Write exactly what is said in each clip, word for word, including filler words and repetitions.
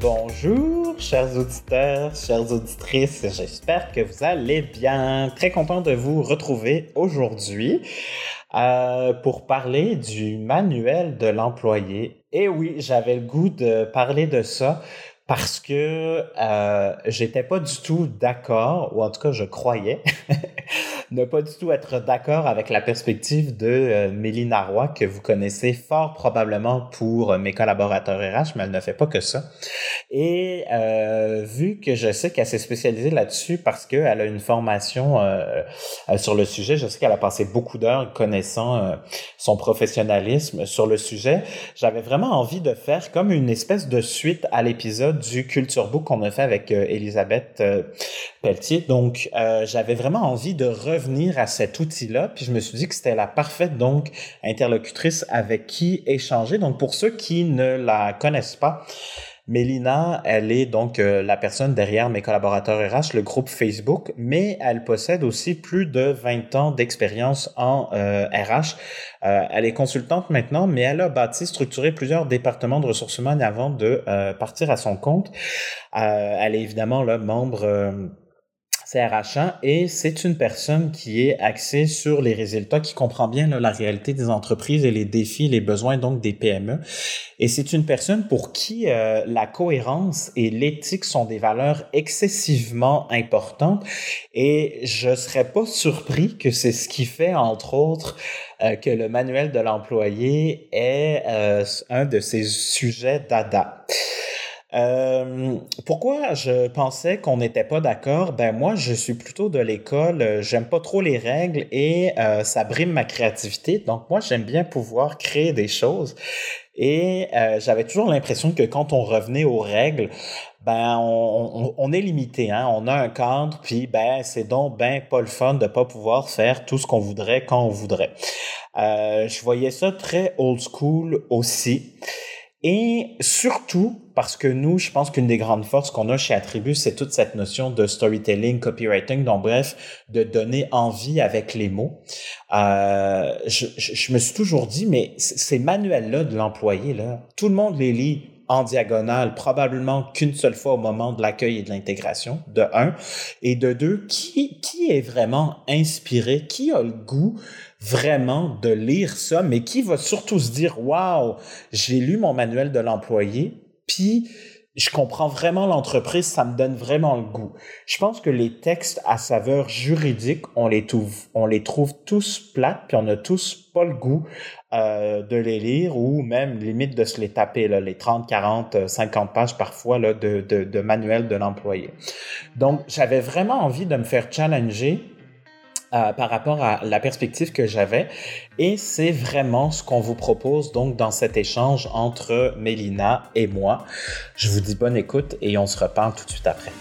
Bonjour, chers auditeurs, chères auditrices, j'espère que vous allez bien. Très content de vous retrouver aujourd'hui euh, pour parler du manuel de l'employé. Et oui, j'avais le goût de parler de ça parce que euh, j'étais pas du tout d'accord, ou en tout cas je croyais ne pas du tout être d'accord avec la perspective de euh, Mélina Roy, que vous connaissez fort probablement pour euh, mes collaborateurs R H, mais elle ne fait pas que ça. Et euh, vu que je sais qu'elle s'est spécialisée là-dessus parce qu'elle a une formation euh, euh, sur le sujet, je sais qu'elle a passé beaucoup d'heures connaissant euh, son professionnalisme sur le sujet, j'avais vraiment envie de faire comme une espèce de suite à l'épisode du Culture Book qu'on a fait avec euh, Elisabeth euh, Pelletier. Donc, euh, j'avais vraiment envie de revenir à cet outil-là, puis je me suis dit que c'était la parfaite donc interlocutrice avec qui échanger. Donc, pour ceux qui ne la connaissent pas, Mélina, elle est donc euh, la personne derrière mes collaborateurs R H, le groupe Facebook, mais elle possède aussi plus de vingt ans d'expérience en euh, R H. Euh, elle est consultante maintenant, mais elle a bâti, structuré plusieurs départements de ressources humaines avant de euh, partir à son compte. Euh, elle est évidemment là, membre... Euh, C R H un et c'est une personne qui est axée sur les résultats, qui comprend bien là, la réalité des entreprises et les défis, les besoins donc des P M E. Et c'est une personne pour qui euh, la cohérence et l'éthique sont des valeurs excessivement importantes et je serais pas surpris que c'est ce qui fait entre autres euh, que le manuel de l'employé est euh, un de ses sujets dada. Euh, pourquoi je pensais qu'on n'était pas d'accord? Ben moi, je suis plutôt de l'école, euh, j'aime pas trop les règles et euh, ça brime ma créativité. Donc moi, j'aime bien pouvoir créer des choses. Et euh, j'avais toujours l'impression que quand on revenait aux règles, ben on, on, on est limité, hein. On a un cadre, puis ben c'est donc ben pas le fun de pas pouvoir faire tout ce qu'on voudrait quand on voudrait. Euh, je voyais ça très old school aussi. Et surtout, parce que nous, je pense qu'une des grandes forces qu'on a chez Attribut, c'est toute cette notion de storytelling, copywriting, donc bref, de donner envie avec les mots. Euh, je, je, je me suis toujours dit, mais ces manuels-là de l'employé, là, tout le monde les lit en diagonale, probablement qu'une seule fois au moment de l'accueil et de l'intégration, de un. Et de deux, qui, qui est vraiment inspiré, qui a le goût vraiment de lire ça, mais qui va surtout se dire « Wow, j'ai lu mon manuel de l'employé, puis je comprends vraiment l'entreprise, ça me donne vraiment le goût. » Je pense que les textes à saveur juridique, on les trouve, on les trouve tous plates, puis on a tous pas le goût euh, de les lire ou même limite de se les taper, là, les trente, quarante, cinquante pages parfois là, de, de, de manuel de l'employé. Donc, j'avais vraiment envie de me faire challenger Euh, par rapport à la perspective que j'avais. Et c'est vraiment ce qu'on vous propose donc dans cet échange entre Mélina et moi. Je vous dis bonne écoute et on se reparle tout de suite après.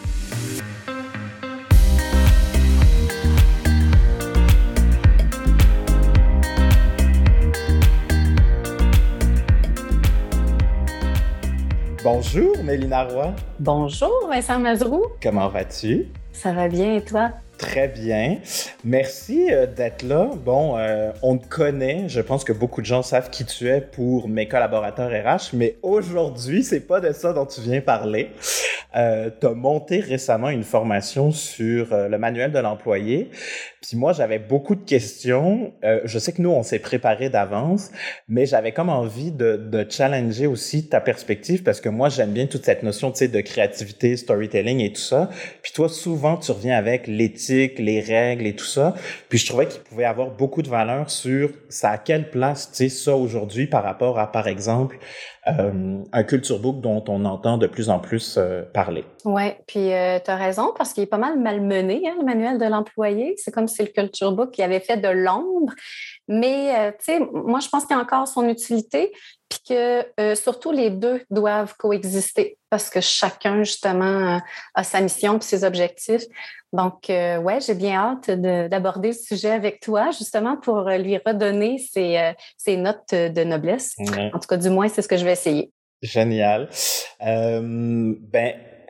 Bonjour Mélina Roy. Bonjour Vincent Mazeroux. Comment vas-tu? Ça va bien et toi? Très bien. Merci euh, d'être là. Bon, euh, on te connaît. Je pense que beaucoup de gens savent qui tu es pour mes collaborateurs R H, mais aujourd'hui, c'est pas de ça dont tu viens parler. Euh, tu as monté récemment une formation sur euh, le manuel de l'employé. Puis moi, j'avais beaucoup de questions. Euh, je sais que nous, on s'est préparé d'avance, mais j'avais comme envie de, de challenger aussi ta perspective parce que moi, j'aime bien toute cette notion, tu sais, de créativité, storytelling et tout ça. Puis toi, souvent, tu reviens avec l'éthique, les règles et tout ça. Puis je trouvais qu'il pouvait avoir beaucoup de valeur sur ça à quelle place, tu sais, ça aujourd'hui par rapport à, par exemple, Euh, un culture book dont on entend de plus en plus euh, parler. Oui, puis euh, tu as raison parce qu'il est pas mal malmené, hein, le manuel de l'employé. C'est comme si le culture book il avait fait de l'ombre. Mais, euh, tu sais, moi, je pense qu'il y a encore son utilité puis que euh, surtout les deux doivent coexister parce que chacun, justement, a sa mission et ses objectifs. Donc, euh, ouais, j'ai bien hâte de, d'aborder le sujet avec toi, justement, pour lui redonner ses, euh, ses notes de noblesse. Ouais. En tout cas, du moins, c'est ce que je vais essayer. Génial. Euh, ben,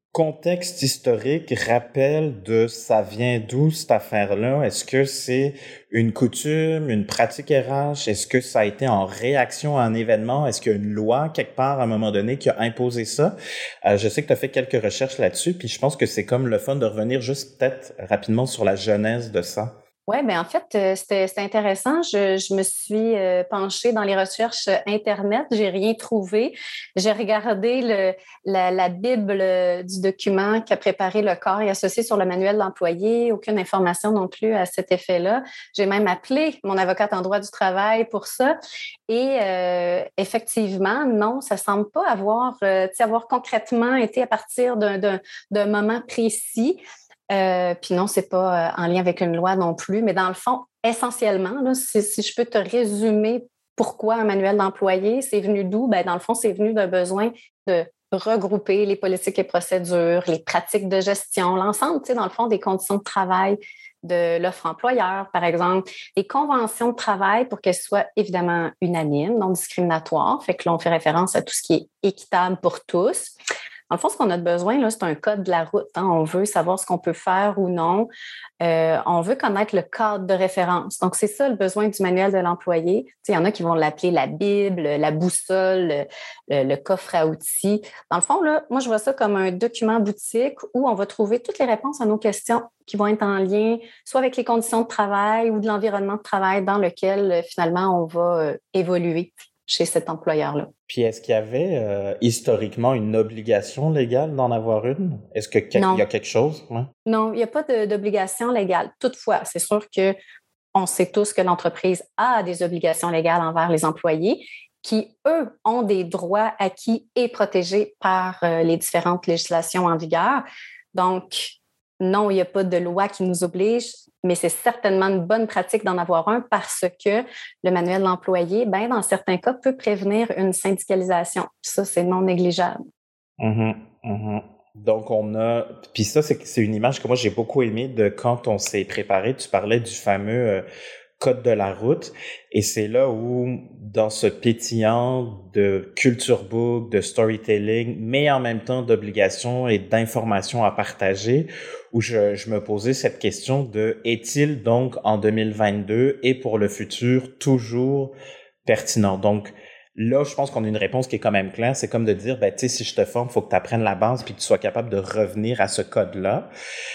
contexte historique, rappel de ça vient d'où cette affaire-là? Est-ce que c'est une coutume, une pratique R H? Est-ce que ça a été en réaction à un événement? Est-ce qu'il y a une loi quelque part à un moment donné qui a imposé ça? Euh, je sais que tu as fait quelques recherches là-dessus, puis je pense que c'est comme le fun de revenir juste peut-être rapidement sur la genèse de ça. Oui, bien en fait, euh, c'était, c'était intéressant. Je, je me suis euh, penchée dans les recherches Internet. J'ai rien trouvé. J'ai regardé le, la, la Bible du document qu'a préparé le corps et associé sur le manuel de l'employé. Aucune information non plus à cet effet-là. J'ai même appelé mon avocate en droit du travail pour ça. Et euh, effectivement, non, ça semble pas avoir, euh, avoir concrètement été à partir d'un, d'un, d'un moment précis. Euh, puis non, c'est pas euh, en lien avec une loi non plus, mais dans le fond, essentiellement, là, si, si je peux te résumer pourquoi un manuel d'employé, c'est venu d'où? Ben, dans le fond, c'est venu d'un besoin de regrouper les politiques et procédures, les pratiques de gestion, l'ensemble, tu sais, dans le fond, des conditions de travail de l'offre employeur, par exemple, des conventions de travail pour qu'elles soient évidemment unanimes, non discriminatoires. Fait que là, on fait référence à tout ce qui est équitable pour tous. Dans le fond, ce qu'on a besoin, là, c'est un code de la route. Hein. On veut savoir ce qu'on peut faire ou non. Euh, on veut connaître le cadre de référence. Donc, c'est ça le besoin du manuel de l'employé. Tu sais, il y en a qui vont l'appeler la Bible, la boussole, le, le coffre à outils. Dans le fond, là, moi, je vois ça comme un document boutique où on va trouver toutes les réponses à nos questions qui vont être en lien soit avec les conditions de travail ou de l'environnement de travail dans lequel, finalement, on va euh, évoluer chez cet employeur-là. Puis est-ce qu'il y avait euh, historiquement une obligation légale d'en avoir une? Est-ce qu'il non. y a quelque chose? Ouais? Non, il n'y a pas de, d'obligation légale. Toutefois, c'est sûr qu'on sait tous que l'entreprise a des obligations légales envers les employés qui, eux, ont des droits acquis et protégés par euh, les différentes législations en vigueur. Donc, non, il n'y a pas de loi qui nous oblige, mais c'est certainement une bonne pratique d'en avoir un parce que le manuel de l'employé, ben, dans certains cas, peut prévenir une syndicalisation. Ça, c'est non négligeable. Mm-hmm, mm-hmm. Donc, on a... Puis ça, c'est, c'est une image que moi, j'ai beaucoup aimée de quand on s'est préparé. Tu parlais du fameux euh, code de la route. Et c'est là où, dans ce pétillant de culture book, de storytelling, mais en même temps d'obligations et d'informations à partager, où je, je me posais cette question de est-il donc en deux mille vingt-deux et pour le futur toujours pertinent? Donc, là, je pense qu'on a une réponse qui est quand même claire. C'est comme de dire, ben, tu sais, si je te forme, il faut que tu apprennes la base puis que tu sois capable de revenir à ce code-là.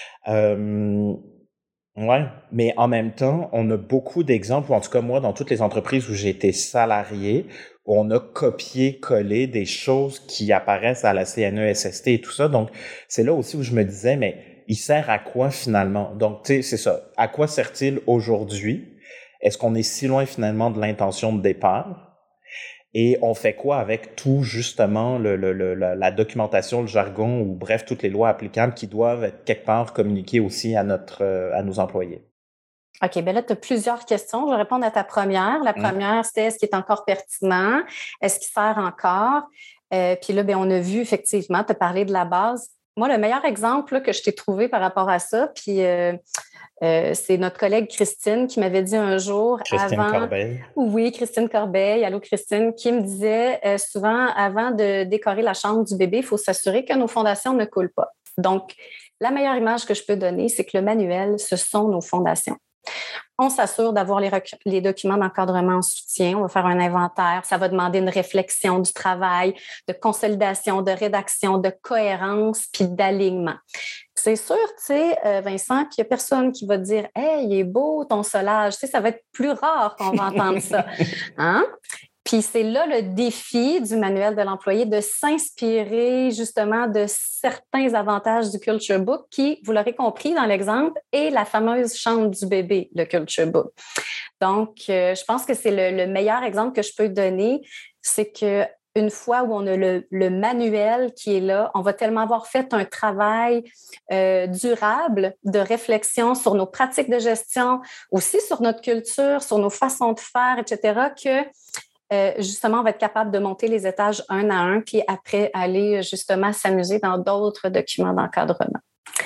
Euh, ouais, mais en même temps, on a beaucoup d'exemples, ou en tout cas, moi, dans toutes les entreprises où j'ai été salarié, où on a copié-collé des choses qui apparaissent à la C N E S S T et tout ça. Donc, c'est là aussi où je me disais, mais il sert à quoi finalement? Donc, tu sais, c'est ça. À quoi sert-il aujourd'hui? Est-ce qu'on est si loin finalement de l'intention de départ? Et on fait quoi avec tout, justement, le, le, le, la documentation, le jargon, ou bref, toutes les lois applicables qui doivent être quelque part communiquées aussi à, notre, à nos employés? OK, bien là, tu as plusieurs questions. Je vais répondre à ta première. La première, mmh. c'était est-ce qu'il est encore pertinent? Est-ce qu'il sert encore? Euh, puis là, bien, on a vu, effectivement, tu as parlé de la base. Moi, le meilleur exemple là, que je t'ai trouvé par rapport à ça, puis euh, euh, c'est notre collègue Christine qui m'avait dit un jour Christine avant... Corbeil. Oui, Christine Corbeil. Allô, Christine, qui me disait euh, souvent, avant de décorer la chambre du bébé, il faut s'assurer que nos fondations ne coulent pas. Donc, la meilleure image que je peux donner, c'est que le manuel, ce sont nos fondations. On s'assure d'avoir les, rec- les documents d'encadrement en soutien. On va faire un inventaire. Ça va demander une réflexion du travail, de consolidation, de rédaction, de cohérence puis d'alignement. C'est sûr, tu sais, euh, Vincent, qu'il n'y a personne qui va te dire « Hey, il est beau ton solage ». Tu sais, ça va être plus rare qu'on va entendre ça. Hein? Puis c'est là le défi du manuel de l'employé de s'inspirer justement de certains avantages du Culture Book qui, vous l'aurez compris dans l'exemple, est la fameuse chambre du bébé, le Culture Book. Donc, euh, je pense que c'est le, le meilleur exemple que je peux donner, c'est que une fois où on a le, le manuel qui est là, on va tellement avoir fait un travail euh, durable de réflexion sur nos pratiques de gestion, aussi sur notre culture, sur nos façons de faire, et cetera, que Euh, justement, on va être capable de monter les étages un à un, puis après, aller justement s'amuser dans d'autres documents d'encadrement.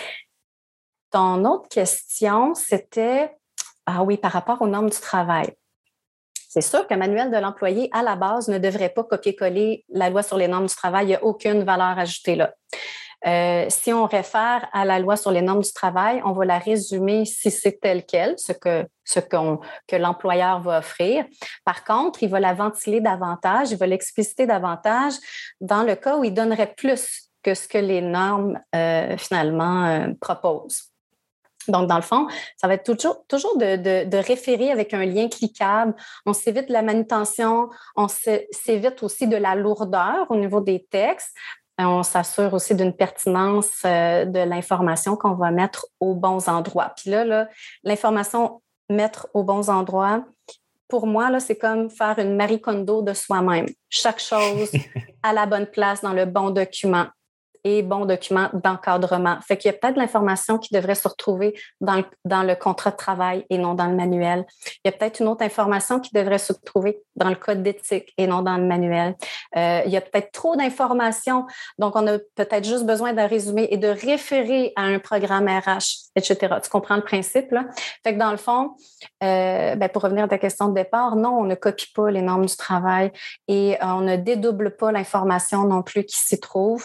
Ton autre question, c'était, ah oui, par rapport aux normes du travail. C'est sûr qu'un manuel de l'employé, à la base, ne devrait pas copier-coller la loi sur les normes du travail. Il n'y a aucune valeur ajoutée là. Euh, si on réfère à la loi sur les normes du travail, on va la résumer si c'est tel quel, ce que, ce qu'on, que l'employeur va offrir. Par contre, il va la ventiler davantage, il va l'expliciter davantage dans le cas où il donnerait plus que ce que les normes euh, finalement euh, proposent. Donc, dans le fond, ça va être toujours, toujours de, de, de référer avec un lien cliquable. On s'évite de la manutention, on s'évite aussi de la lourdeur au niveau des textes. On s'assure aussi d'une pertinence euh, de l'information qu'on va mettre aux bons endroits. Puis là, là l'information mettre aux bons endroits, pour moi, là, c'est comme faire une Marie Kondo de soi-même. Chaque chose à la bonne place dans le bon document. Et bon document d'encadrement. Fait qu'il y a peut-être de l'information qui devrait se retrouver dans le, dans le contrat de travail et non dans le manuel. Il y a peut-être une autre information qui devrait se retrouver dans le code d'éthique et non dans le manuel. Euh, il y a peut-être trop d'informations, donc on a peut-être juste besoin d'un résumé et de référer à un programme R H, et cetera. Tu comprends le principe, là? Fait que dans le fond, euh, ben pour revenir à ta question de départ, non, on ne copie pas les normes du travail et euh, on ne dédouble pas l'information non plus qui s'y trouve.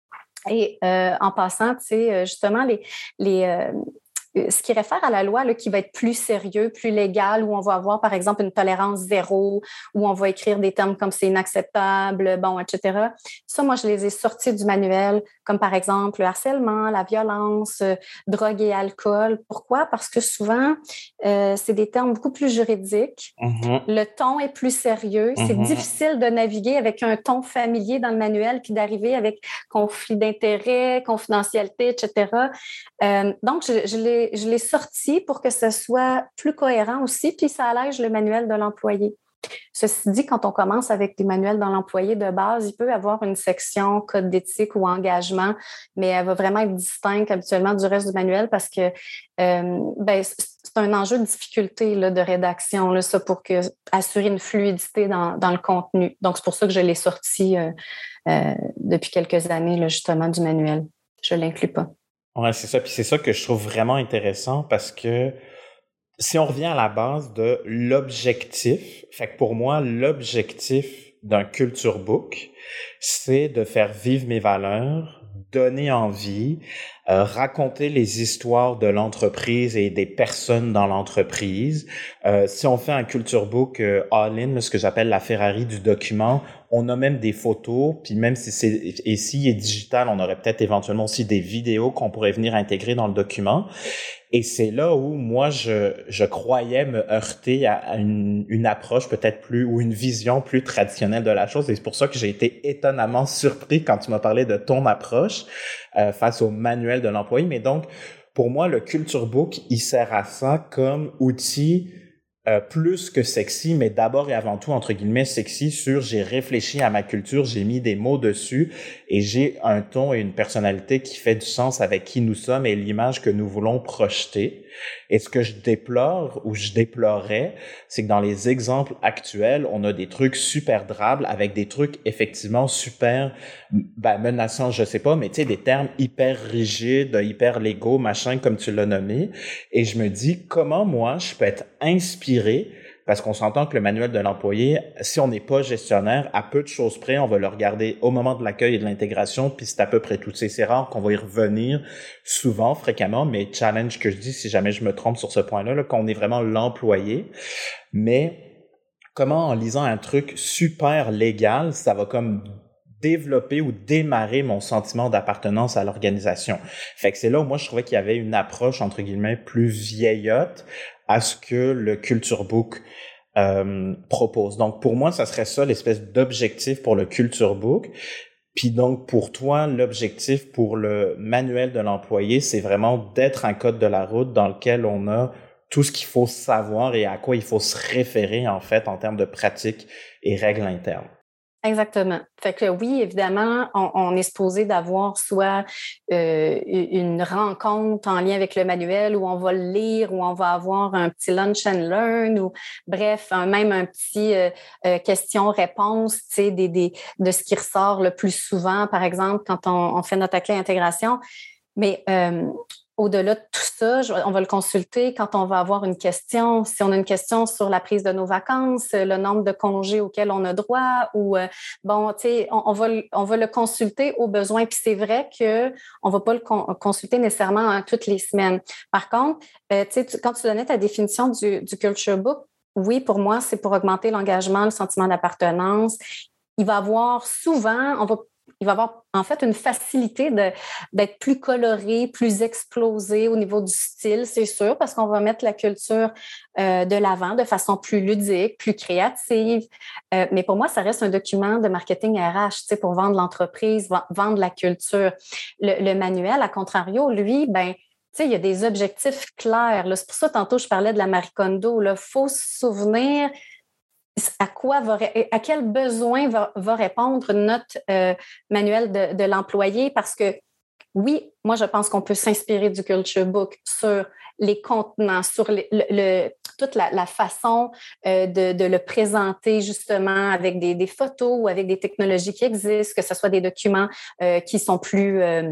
Et euh, en passant, tu sais, justement, les, les, euh, ce qui réfère à la loi là, qui va être plus sérieux, plus légal, où on va avoir, par exemple, une tolérance zéro, où on va écrire des termes comme c'est inacceptable, bon, et cetera. Ça, moi, je les ai sortis du manuel, comme par exemple le harcèlement, la violence, euh, drogue et alcool. Pourquoi? Parce que souvent, euh, c'est des termes beaucoup plus juridiques. Mm-hmm. Le ton est plus sérieux. Mm-hmm. C'est difficile de naviguer avec un ton familier dans le manuel puis d'arriver avec conflit d'intérêts, confidentialité, et cetera. Euh, donc, je, je l'ai Je l'ai sorti pour que ce soit plus cohérent aussi, puis ça allège le manuel de l'employé. Ceci dit, quand on commence avec des manuels dans l'employé de base, il peut y avoir une section code d'éthique ou engagement, mais elle va vraiment être distincte habituellement du reste du manuel parce que euh, ben, c'est un enjeu de difficulté là, de rédaction, là, ça, pour que, assurer une fluidité dans, dans le contenu. Donc, c'est pour ça que je l'ai sorti euh, euh, depuis quelques années, là, justement, du manuel. Je ne l'inclus pas. Ouais, c'est ça. Puis c'est ça que je trouve vraiment intéressant parce que si on revient à la base de l'objectif, fait que pour moi, l'objectif d'un culture book, c'est de faire vivre mes valeurs, donner envie, euh, raconter les histoires de l'entreprise et des personnes dans l'entreprise. Euh, si on fait un culture book euh, all-in, ce que j'appelle la Ferrari du document, on a même des photos, puis même si c'est et s'il est digital, on aurait peut-être éventuellement aussi des vidéos qu'on pourrait venir intégrer dans le document. Et c'est là où moi je je croyais me heurter à, à une, une approche peut-être plus ou une vision plus traditionnelle de la chose. Et c'est pour ça que j'ai été étonnamment surpris quand tu m'as parlé de ton approche euh, face au manuel de l'employé. Mais donc pour moi le culture book il sert à ça comme outil. Euh, plus que sexy, mais d'abord et avant tout, entre guillemets, sexy sur j'ai réfléchi à ma culture, j'ai mis des mots dessus et j'ai un ton et une personnalité qui fait du sens avec qui nous sommes et l'image que nous voulons projeter. Et ce que je déplore ou je déplorais, c'est que dans les exemples actuels, on a des trucs super drables avec des trucs effectivement super ben, menaçants, je sais pas, mais tu sais, des termes hyper rigides, hyper légaux, machin, comme tu l'as nommé. Et je me dis, comment moi, je peux être inspiré parce qu'on s'entend que le manuel de l'employé, si on n'est pas gestionnaire, à peu de choses près, on va le regarder au moment de l'accueil et de l'intégration, puis c'est à peu près tout. C'est rare qu'on va y revenir souvent, fréquemment, mais challenge que je dis, si jamais je me trompe sur ce point-là, là, qu'on est vraiment l'employé. Mais comment, en lisant un truc super légal, ça va comme développer ou démarrer mon sentiment d'appartenance à l'organisation. Fait que c'est là où moi, je trouvais qu'il y avait une approche, entre guillemets, plus vieillotte à ce que le Culture Book euh, propose. Donc, pour moi, ça serait ça l'espèce d'objectif pour le Culture Book. Puis donc, pour toi, l'objectif pour le manuel de l'employé, c'est vraiment d'être un code de la route dans lequel on a tout ce qu'il faut savoir et à quoi il faut se référer, en fait, en termes de pratiques et règles internes. Exactement. Fait que oui, évidemment, on, on est supposé d'avoir soit euh, une rencontre en lien avec le manuel où on va le lire, où on va avoir un petit lunch and learn, ou bref, un, même un petit euh, euh, question-réponse, tu sais, des, des, de ce qui ressort le plus souvent, par exemple, quand on, on fait notre clé intégration. Mais euh, au-delà de tout ça, je, on va le consulter quand on va avoir une question. Si on a une question sur la prise de nos vacances, le nombre de congés auxquels on a droit, ou euh, bon, tu sais, on, on, va, on va le consulter au besoin. Puis c'est vrai qu'on ne va pas le con- consulter nécessairement hein, toutes les semaines. Par contre, euh, tu sais, quand tu donnais ta définition du, du Culture Book, oui, pour moi, c'est pour augmenter l'engagement, le sentiment d'appartenance. Il va avoir souvent, on va il va avoir en fait une facilité de, d'être plus coloré, plus explosé au niveau du style, c'est sûr, parce qu'on va mettre la culture euh, de l'avant de façon plus ludique, plus créative. Euh, mais pour moi, ça reste un document de marketing R H, tu sais, pour vendre l'entreprise, vendre la culture. Le, le manuel, à contrario, lui, ben, tu sais, il y a des objectifs clairs. Là. C'est pour ça, tantôt, je parlais de la Marie Kondo. Il faut se souvenir à quoi va, à quel besoin va, va répondre notre euh, manuel de, de l'employé, parce que oui, moi, je pense qu'on peut s'inspirer du Culture Book sur les contenants, sur les, le, le, toute la, la façon euh, de, de le présenter justement avec des, des photos ou avec des technologies qui existent, que ce soit des documents euh, qui sont plus... Euh,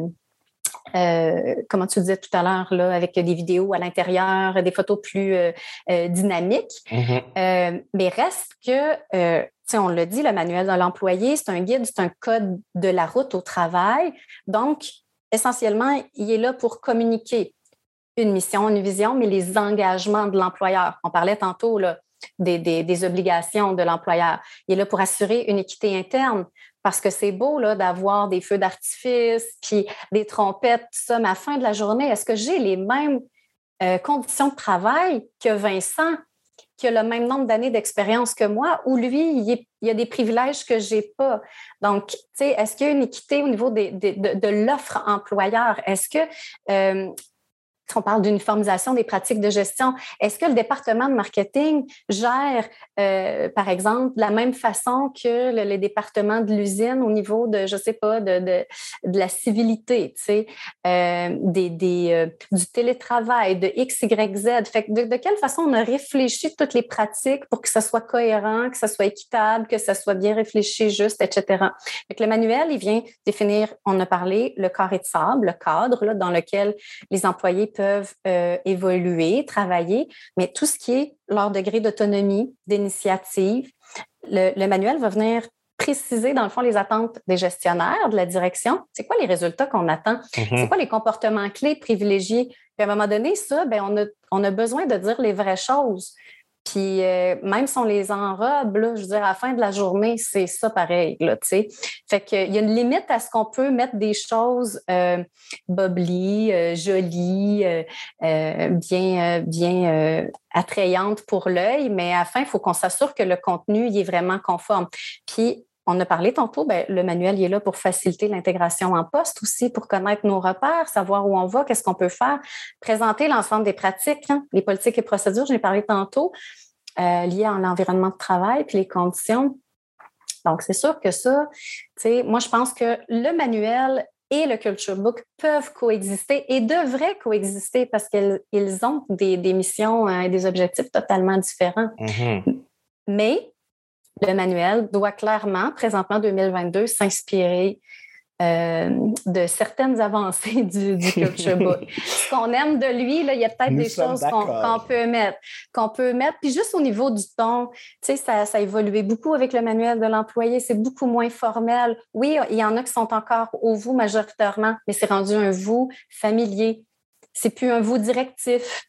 Euh, comment tu disais tout à l'heure, là, avec des vidéos à l'intérieur, des photos plus euh, euh, dynamiques. Mm-hmm. Euh, mais reste que, euh, tu sais, on l'a dit, le manuel de l'employé, c'est un guide, c'est un code de la route au travail. Donc, essentiellement, il est là pour communiquer une mission, une vision, mais les engagements de l'employeur. On parlait tantôt là, des, des, des obligations de l'employeur. Il est là pour assurer une équité interne. Parce que c'est beau là, d'avoir des feux d'artifice, puis des trompettes, tout ça, mais à la fin de la journée, est-ce que j'ai les mêmes euh, conditions de travail que Vincent, qui a le même nombre d'années d'expérience que moi, ou lui, il, est, il a des privilèges que je n'ai pas? Donc, tu sais, est-ce qu'il y a une équité au niveau des, des, de, de l'offre employeur? Est-ce que... Euh, on parle d'uniformisation des pratiques de gestion. Est-ce que le département de marketing gère, euh, par exemple, de la même façon que le, les départements de l'usine au niveau de, je ne sais pas, de, de, de la civilité, tu sais, euh, des, des, euh, du télétravail, de X, Y, Z. Fait que de, de quelle façon on a réfléchi toutes les pratiques pour que ça soit cohérent, que ça soit équitable, que ça soit bien réfléchi, juste, et cetera. Fait que le manuel, il vient définir, on a parlé, le carré de sable, le cadre là, dans lequel les employés peuvent euh, évoluer, travailler, mais tout ce qui est leur degré d'autonomie, d'initiative, le, le manuel va venir préciser, dans le fond, les attentes des gestionnaires, de la direction. C'est quoi les résultats qu'on attend? Mm-hmm. C'est quoi les comportements clés privilégiés? Puis à un moment donné, ça, bien, on a, on a besoin de dire les vraies choses. Puis euh, même si on les enrobe, là, je veux dire, à la fin de la journée, c'est ça pareil, là, tu sais. Fait qu'il y a une limite à ce qu'on peut mettre des choses euh, bubbly, euh, jolies, euh, euh, bien, euh, bien euh, attrayantes pour l'œil, mais à la fin, il faut qu'on s'assure que le contenu il est vraiment conforme. Puis, on a parlé tantôt, bien, le manuel il est là pour faciliter l'intégration en poste aussi, pour connaître nos repères, savoir où on va, qu'est-ce qu'on peut faire, présenter l'ensemble des pratiques, hein, les politiques et procédures, j'en ai parlé tantôt, euh, liées à l'environnement de travail puis les conditions. Donc, c'est sûr que ça, tu sais, moi, je pense que le manuel et le Culture Book peuvent coexister et devraient coexister parce qu'ils ils ont des, des missions et des objectifs totalement différents. Mm-hmm. Mais le manuel doit clairement, présentement deux mille vingt-deux, s'inspirer euh, de certaines avancées du, du Culture Book. Ce qu'on aime de lui, là, il y a peut-être Nous des choses qu'on, qu'on peut mettre, qu'on peut mettre. Puis juste au niveau du ton, tu sais, ça, ça a évolué beaucoup avec le manuel de l'employé. C'est beaucoup moins formel. Oui, il y en a qui sont encore au vous majoritairement, mais c'est rendu un vous familier. C'est plus un vous directif.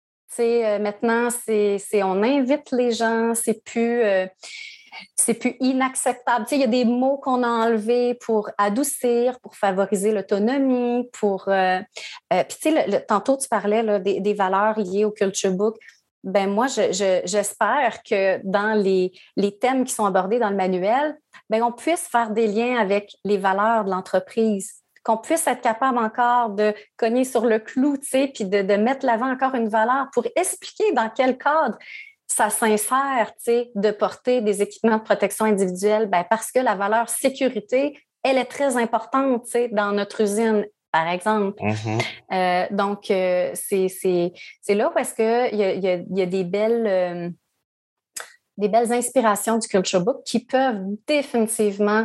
Euh, maintenant, c'est, c'est on invite les gens, c'est plus, euh, c'est plus inacceptable. Il y a des mots qu'on a enlevés pour adoucir, pour favoriser l'autonomie, pour... Euh, euh, puis tu sais, le, le, tantôt, tu parlais là, des, des valeurs liées au Culture Book. Ben moi, je, je, j'espère que dans les, les thèmes qui sont abordés dans le manuel, ben on puisse faire des liens avec les valeurs de l'entreprise, qu'on puisse être capable encore de cogner sur le clou, tu sais, puis de, de mettre l'avant encore une valeur pour expliquer dans quel cadre ça s'insère, tu sais, de porter des équipements de protection individuelle, ben parce que la valeur sécurité, elle est très importante, tu sais, dans notre usine, par exemple. Mm-hmm. Euh, donc, euh, c'est, c'est, c'est là où est-ce qu'il y a, il y a, il y a des belles... Euh, des belles inspirations du Culture Book qui peuvent définitivement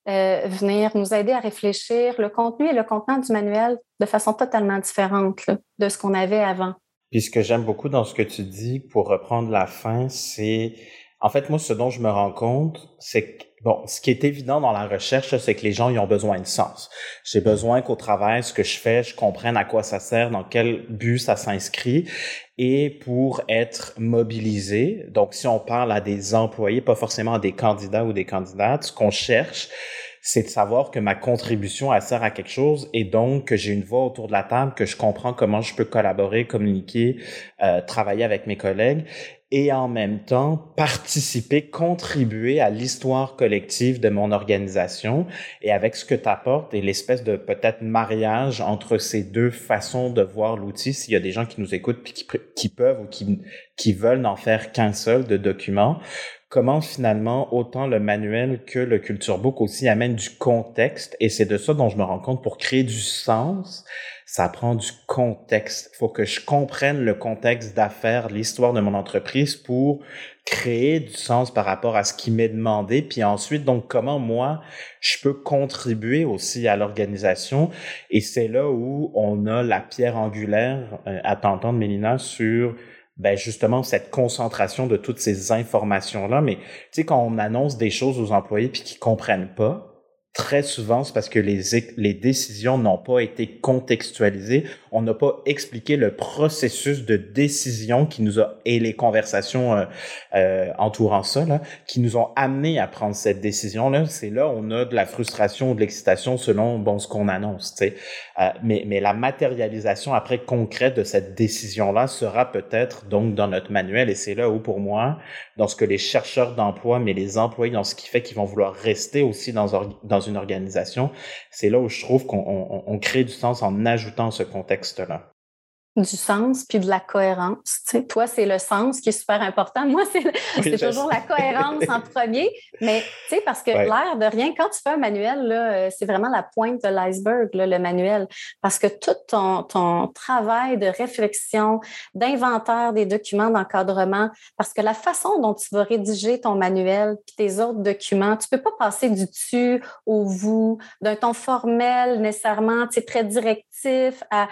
euh, venir nous aider à réfléchir le contenu et le contenant du manuel de façon totalement différente là, de ce qu'on avait avant. Puis ce que j'aime beaucoup dans ce que tu dis, pour reprendre la fin, c'est... En fait, moi, ce dont je me rends compte, c'est que, bon, ce qui est évident dans la recherche, c'est que les gens, ils ont besoin de sens. J'ai besoin qu'au travail, ce que je fais, je comprenne à quoi ça sert, dans quel but ça s'inscrit, et pour être mobilisé. Donc, si on parle à des employés, pas forcément à des candidats ou des candidates, ce qu'on cherche, c'est de savoir que ma contribution, elle sert à quelque chose et donc que j'ai une voix autour de la table, que je comprends comment je peux collaborer, communiquer, euh, travailler avec mes collègues et en même temps participer, contribuer à l'histoire collective de mon organisation et avec ce que tu apportes et l'espèce de peut-être mariage entre ces deux façons de voir l'outil, s'il y a des gens qui nous écoutent puis qui, qui peuvent ou qui, qui veulent n'en faire qu'un seul de document, comment finalement autant le manuel que le Culture Book aussi amènent du contexte et c'est de ça dont je me rends compte pour créer du sens. Ça prend du contexte. Il faut que je comprenne le contexte d'affaires, l'histoire de mon entreprise pour créer du sens par rapport à ce qui m'est demandé. Puis ensuite, donc, comment moi, je peux contribuer aussi à l'organisation. Et c'est là où on a la pierre angulaire, euh, à t'entendre, Mélina, sur ben justement cette concentration de toutes ces informations-là. Mais tu sais, quand on annonce des choses aux employés puis qu'ils comprennent pas, très souvent, c'est parce que les, les décisions n'ont pas été contextualisées. On n'a pas expliqué le processus de décision qui nous a, et les conversations euh, euh, entourant ça, là, qui nous ont amenés à prendre cette décision-là. C'est là où on a de la frustration ou de l'excitation selon bon ce qu'on annonce. Tu sais. Euh, mais, mais la matérialisation après concrète de cette décision-là sera peut-être donc dans notre manuel. Et c'est là où, pour moi, dans ce que les chercheurs d'emploi, mais les employés, dans ce qui fait qu'ils vont vouloir rester aussi dans, dans une organisation, c'est là où je trouve qu'on on, on crée du sens en ajoutant ce contexte-là. Du sens puis de la cohérence. Tu sais, toi, c'est le sens qui est super important. Moi, c'est, oui, c'est toujours la cohérence en premier. Mais tu sais, parce que ouais. l'air de rien, quand tu fais un manuel, là, c'est vraiment la pointe de l'iceberg, là, le manuel. Parce que tout ton, ton travail de réflexion, d'inventaire des documents d'encadrement, parce que la façon dont tu vas rédiger ton manuel puis tes autres documents, tu peux pas passer du tu au vous, d'un ton formel nécessairement, tu sais, très directif à,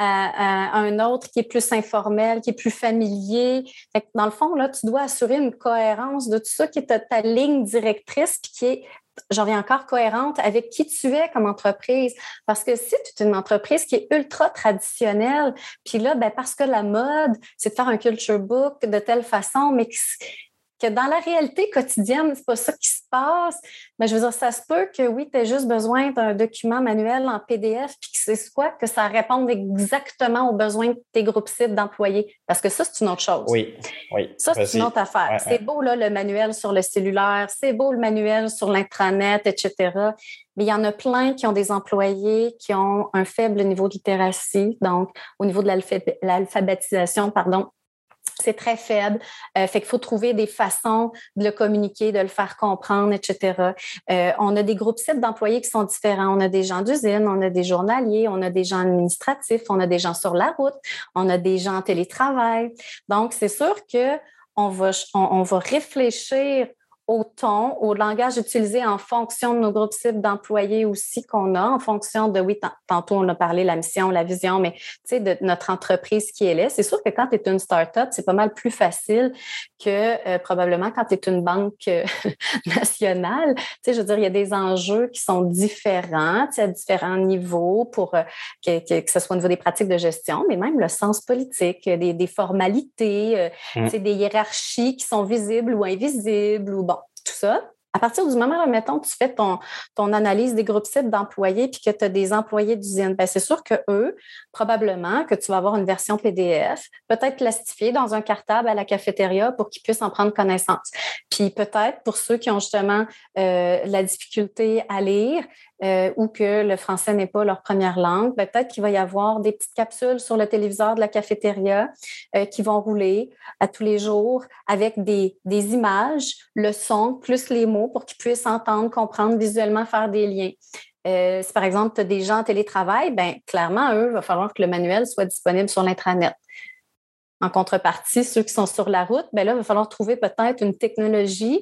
à, à un autre qui est plus informel, qui est plus familier. Fait que dans le fond, là, tu dois assurer une cohérence de tout ça qui est ta, ta ligne directrice puis qui est, j'en reviens encore, cohérente avec qui tu es comme entreprise. Parce que si tu es une entreprise qui est ultra traditionnelle, puis là, ben, parce que la mode, c'est de faire un culture book de telle façon, mais que, que dans la réalité quotidienne, c'est pas ça qui se passe. Mais je veux dire, ça se peut que oui, tu aies juste besoin d'un document manuel en P D F, puis que c'est quoi? Que ça réponde exactement aux besoins de tes groupes cibles d'employés. Parce que ça, c'est une autre chose. Oui, oui. Ça, c'est une autre affaire. Ouais, c'est ouais. beau, là, le manuel sur le cellulaire, c'est beau le manuel sur l'intranet, et cetera. Mais il y en a plein qui ont des employés qui ont un faible niveau de littératie, donc au niveau de l'alphab- l'alphabétisation, pardon, c'est très faible. Euh, fait qu'il faut trouver des façons de le communiquer, de le faire comprendre, et cetera. Euh, on a des groupes cibles d'employés qui sont différents. On a des gens d'usine, on a des journaliers, on a des gens administratifs, on a des gens sur la route, on a des gens en télétravail. Donc, c'est sûr que on va, on, on va réfléchir au ton, au langage utilisé en fonction de nos groupes cibles d'employés aussi qu'on a, en fonction de, oui, t- tantôt on a parlé la mission, la vision, mais tu sais, de notre entreprise qui est là. C'est sûr que quand tu es une start-up, c'est pas mal plus facile que euh, probablement quand tu es une banque euh, nationale. Tu sais, je veux dire, il y a des enjeux qui sont différents, tu sais, à différents niveaux pour euh, que, que, que ce soit au niveau des pratiques de gestion, mais même le sens politique, des, des formalités, euh, mmh. tu sais, des hiérarchies qui sont visibles ou invisibles ou bon, tout ça. À partir du moment où, mettons, tu fais ton, ton analyse des groupes cibles d'employés puis que tu as des employés d'usine, bien, c'est sûr qu'eux, probablement que tu vas avoir une version P D F, peut-être plastifiée dans un cartable à la cafétéria pour qu'ils puissent en prendre connaissance. Puis peut-être pour ceux qui ont justement euh, la difficulté à lire, Euh, ou que le français n'est pas leur première langue, bien, peut-être qu'il va y avoir des petites capsules sur le téléviseur de la cafétéria euh, qui vont rouler à tous les jours avec des, des images, le son, plus les mots pour qu'ils puissent entendre, comprendre visuellement, faire des liens. Euh, si par exemple, tu as des gens en télétravail, bien, clairement, eux, il va falloir que le manuel soit disponible sur l'intranet. En contrepartie, ceux qui sont sur la route, bien là, il va falloir trouver peut-être une technologie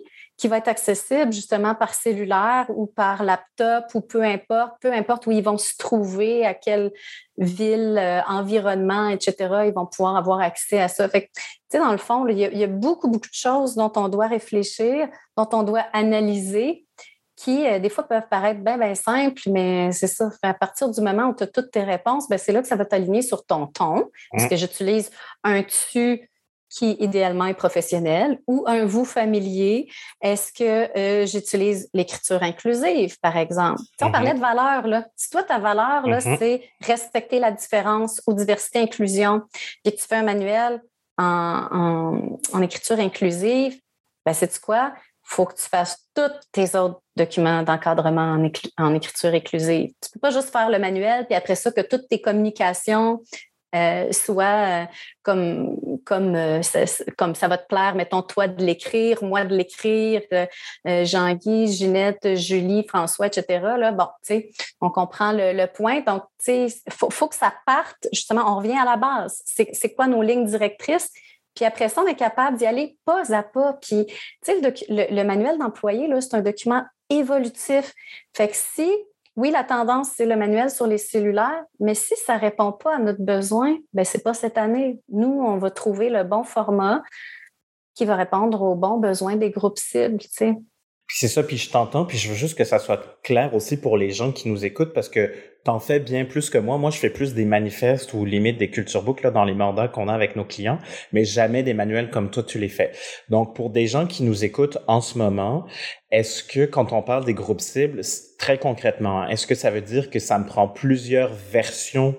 qui va être accessible justement par cellulaire ou par laptop ou peu importe, peu importe où ils vont se trouver, à quelle ville, euh, environnement, et cetera, ils vont pouvoir avoir accès à ça. Fait que, tu sais, dans le fond, il y, y a beaucoup, beaucoup de choses dont on doit réfléchir, dont on doit analyser, qui, euh, des fois, peuvent paraître bien, bien simples, mais c'est ça. À partir du moment où tu as toutes tes réponses, ben, c'est là que ça va t'aligner sur ton ton, parce que j'utilise un tu qui idéalement est professionnel ou un vous familier. Est-ce que euh, j'utilise l'écriture inclusive, par exemple? Tu sais, on parlait de valeur, là. Si toi, ta valeur, là, Mm-hmm. c'est respecter la différence ou diversité, inclusion, puis que tu fais un manuel en, en, en écriture inclusive, ben, sais-tu quoi? Il faut que tu fasses tous tes autres documents d'encadrement en, écri- en écriture inclusive. Tu ne peux pas juste faire le manuel, puis après ça, que toutes tes communications Euh, soit euh, comme, comme, euh, ça, comme ça va te plaire, mettons, toi de l'écrire, moi de l'écrire, euh, euh, Jean-Guy, Ginette, Julie, François, et cetera. Là, bon, tu sais, on comprend le, le point. Donc, tu sais, il faut, faut que ça parte, justement, on revient à la base. C'est, c'est quoi nos lignes directrices? Puis après ça, on est capable d'y aller pas à pas. Puis, tu sais, le, docu- le, le manuel d'employé, là, c'est un document évolutif. Fait que si oui, la tendance, c'est le manuel sur les cellulaires, mais si ça ne répond pas à notre besoin, ben ce n'est pas cette année. Nous, on va trouver le bon format qui va répondre aux bons besoins des groupes cibles, tu sais. Puis c'est ça, puis je t'entends, puis je veux juste que ça soit clair aussi pour les gens qui nous écoutent, parce que t'en fais bien plus que moi. Moi, je fais plus des manifestes ou limite des culture books là, dans les mandats qu'on a avec nos clients, mais jamais des manuels comme toi, tu les fais. Donc, pour des gens qui nous écoutent en ce moment, est-ce que quand on parle des groupes cibles, très concrètement, est-ce que ça veut dire que ça me prend plusieurs versions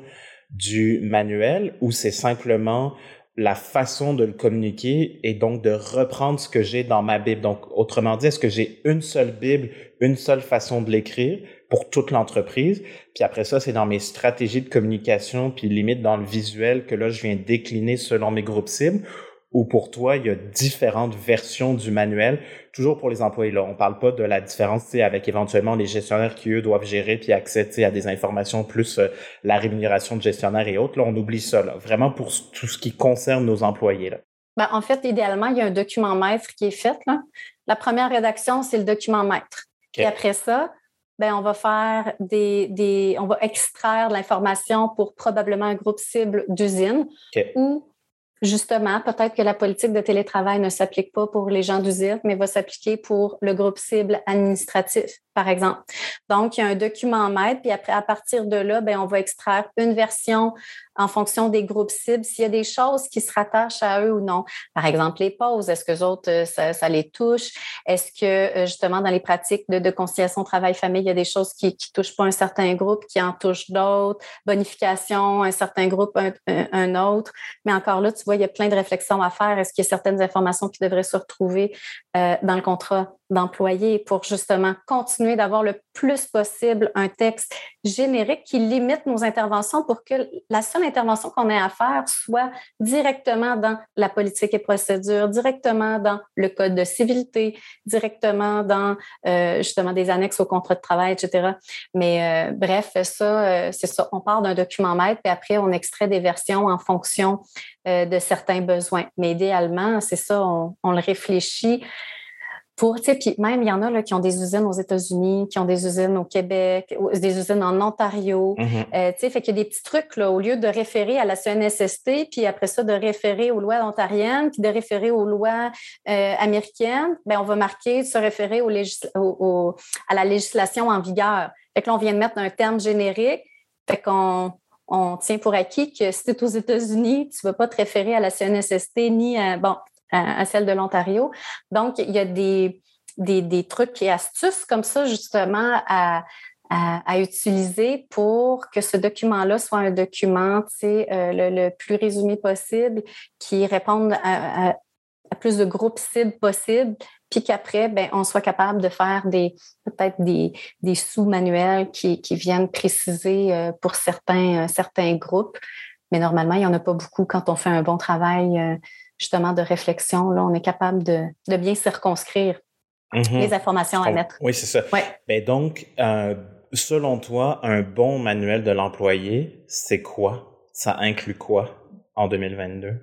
du manuel ou c'est simplement la façon de le communiquer et donc de reprendre ce que j'ai dans ma Bible? Donc, autrement dit, est-ce que j'ai une seule Bible, une seule façon de l'écrire pour toute l'entreprise? Puis après ça, c'est dans mes stratégies de communication, puis limite dans le visuel que là, je viens décliner selon mes groupes cibles. Ou pour toi, il y a différentes versions du manuel, toujours pour les employés. Là, on parle pas de la différence, tu sais, avec éventuellement les gestionnaires qui, eux, doivent gérer puis accès, tu sais, à des informations plus euh, la rémunération de gestionnaire et autres. Là, on oublie ça, là. Vraiment pour tout ce qui concerne nos employés, là. Ben, en fait, idéalement, il y a un document maître qui est fait, là. La première rédaction, c'est le document maître. Okay. Puis après ça, ben, on va faire des, des, on va extraire de l'information pour probablement un groupe cible d'usine okay. ou justement, peut-être que la politique de télétravail ne s'applique pas pour les gens d'usine, mais va s'appliquer pour le groupe cible administratif, par exemple. Donc, il y a un document maître, puis après, à partir de là, ben, on va extraire une version en fonction des groupes cibles, s'il y a des choses qui se rattachent à eux ou non. Par exemple, les pauses, est-ce que les autres, ça, ça les touche? Est-ce que, justement, dans les pratiques de, de conciliation travail-famille, il y a des choses qui ne touchent pas un certain groupe, qui en touchent d'autres? Bonification, un certain groupe, un, un, un autre. Mais encore là, tu vois, il y a plein de réflexions à faire. Est-ce qu'il y a certaines informations qui devraient se retrouver euh, dans le contrat d'employé pour justement continuer d'avoir le plus possible un texte générique qui limite nos interventions pour que la seule intervention qu'on ait à faire soit directement dans la politique et procédure, directement dans le code de civilité, directement dans euh, justement des annexes au contrat de travail, et cetera. Mais euh, bref, ça, euh, c'est ça. On part d'un document maître, puis après, on extrait des versions en fonction euh, de certains besoins. Mais idéalement, c'est ça, on, on le réfléchit. Pour, tu sais, puis même, il y en a là, qui ont des usines aux États-Unis, qui ont des usines au Québec, des usines en Ontario. Mm-hmm. Euh, tu sais, fait qu'il y a des petits trucs, là, au lieu de référer à la C N S S T, puis après ça, de référer aux lois ontariennes, puis de référer aux lois euh, américaines, ben on va marquer de se référer au légis- au, au, à la législation en vigueur. Fait que là, on vient de mettre un terme générique, fait qu'on on tient pour acquis que si tu es aux États-Unis, tu ne vas pas te référer à la C N S S T ni à, bon, à celle de l'Ontario. Donc, il y a des, des, des trucs et astuces comme ça, justement, à, à, à utiliser pour que ce document-là soit un document, tu sais, euh, le, le plus résumé possible, qui réponde à, à, à plus de groupes cibles possibles, puis qu'après, ben, on soit capable de faire des peut-être des, des sous-manuels qui, qui viennent préciser euh, pour certains, euh, certains groupes. Mais normalement, il n'y en a pas beaucoup quand on fait un bon travail euh, justement de réflexion. Là, on est capable de, de bien circonscrire mm-hmm. les informations à mettre. Oui, c'est ça. Ouais. Ben donc, euh, selon toi, un bon manuel de l'employé, c'est quoi? Ça inclut quoi en deux mille vingt-deux?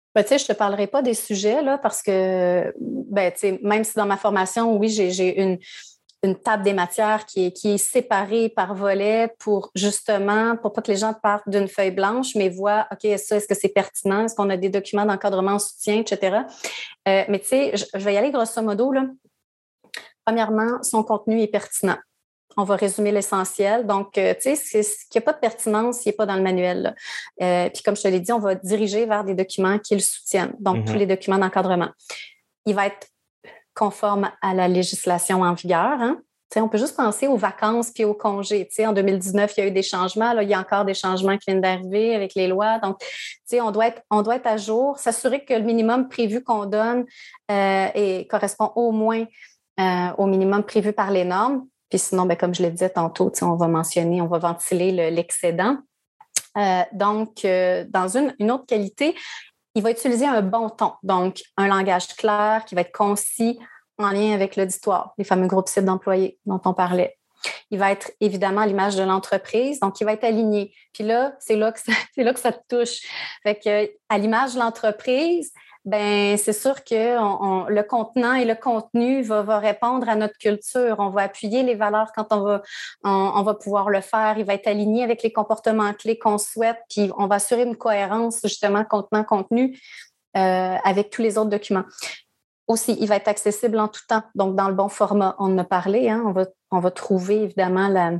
Ben, tu sais, je ne te parlerai pas des sujets, là, parce que, ben, tu sais, même si dans ma formation, oui, j'ai, j'ai une, une table des matières qui est, qui est séparée par volet pour justement, pour pas que les gens partent d'une feuille blanche, mais voient, OK, ça, est-ce que c'est pertinent? Est-ce qu'on a des documents d'encadrement en soutien, et cetera. Euh, mais tu sais, je, je vais y aller grosso modo, là. Premièrement, son contenu est pertinent. On va résumer l'essentiel. Donc, euh, tu sais, s'il n'y a pas de pertinence, il n'est pas dans le manuel. Euh, puis, comme je te l'ai dit, on va diriger vers des documents qui le soutiennent. Donc, mm-hmm. tous les documents d'encadrement. Il va être conforme à la législation en vigueur. Hein? Tu sais, on peut juste penser aux vacances puis aux congés. Tu sais, en deux mille dix-neuf, il y a eu des changements. Là, il y a encore des changements qui viennent d'arriver avec les lois. Donc, tu sais, on doit être, on doit être à jour, s'assurer que le minimum prévu qu'on donne euh, et correspond au moins euh, au minimum prévu par les normes. Puis sinon, ben, comme je le disais tantôt, on va mentionner, on va ventiler le, l'excédent. Euh, donc, euh, dans une, une autre qualité, il va utiliser un bon ton, donc un langage clair qui va être concis en lien avec l'auditoire, les fameux groupes cibles d'employés dont on parlait. Il va être évidemment à l'image de l'entreprise, donc il va être aligné. Puis là, c'est là que ça, c'est là que ça te touche. Fait que, à l'image de l'entreprise, ben c'est sûr que on, on, le contenant et le contenu va, va répondre à notre culture. On va appuyer les valeurs quand on va, on, on va pouvoir le faire. Il va être aligné avec les comportements clés qu'on souhaite, puis on va assurer une cohérence, justement, contenant-contenu euh, avec tous les autres documents. Aussi, il va être accessible en tout temps, donc dans le bon format. On en a parlé, hein, on va, on va trouver évidemment la,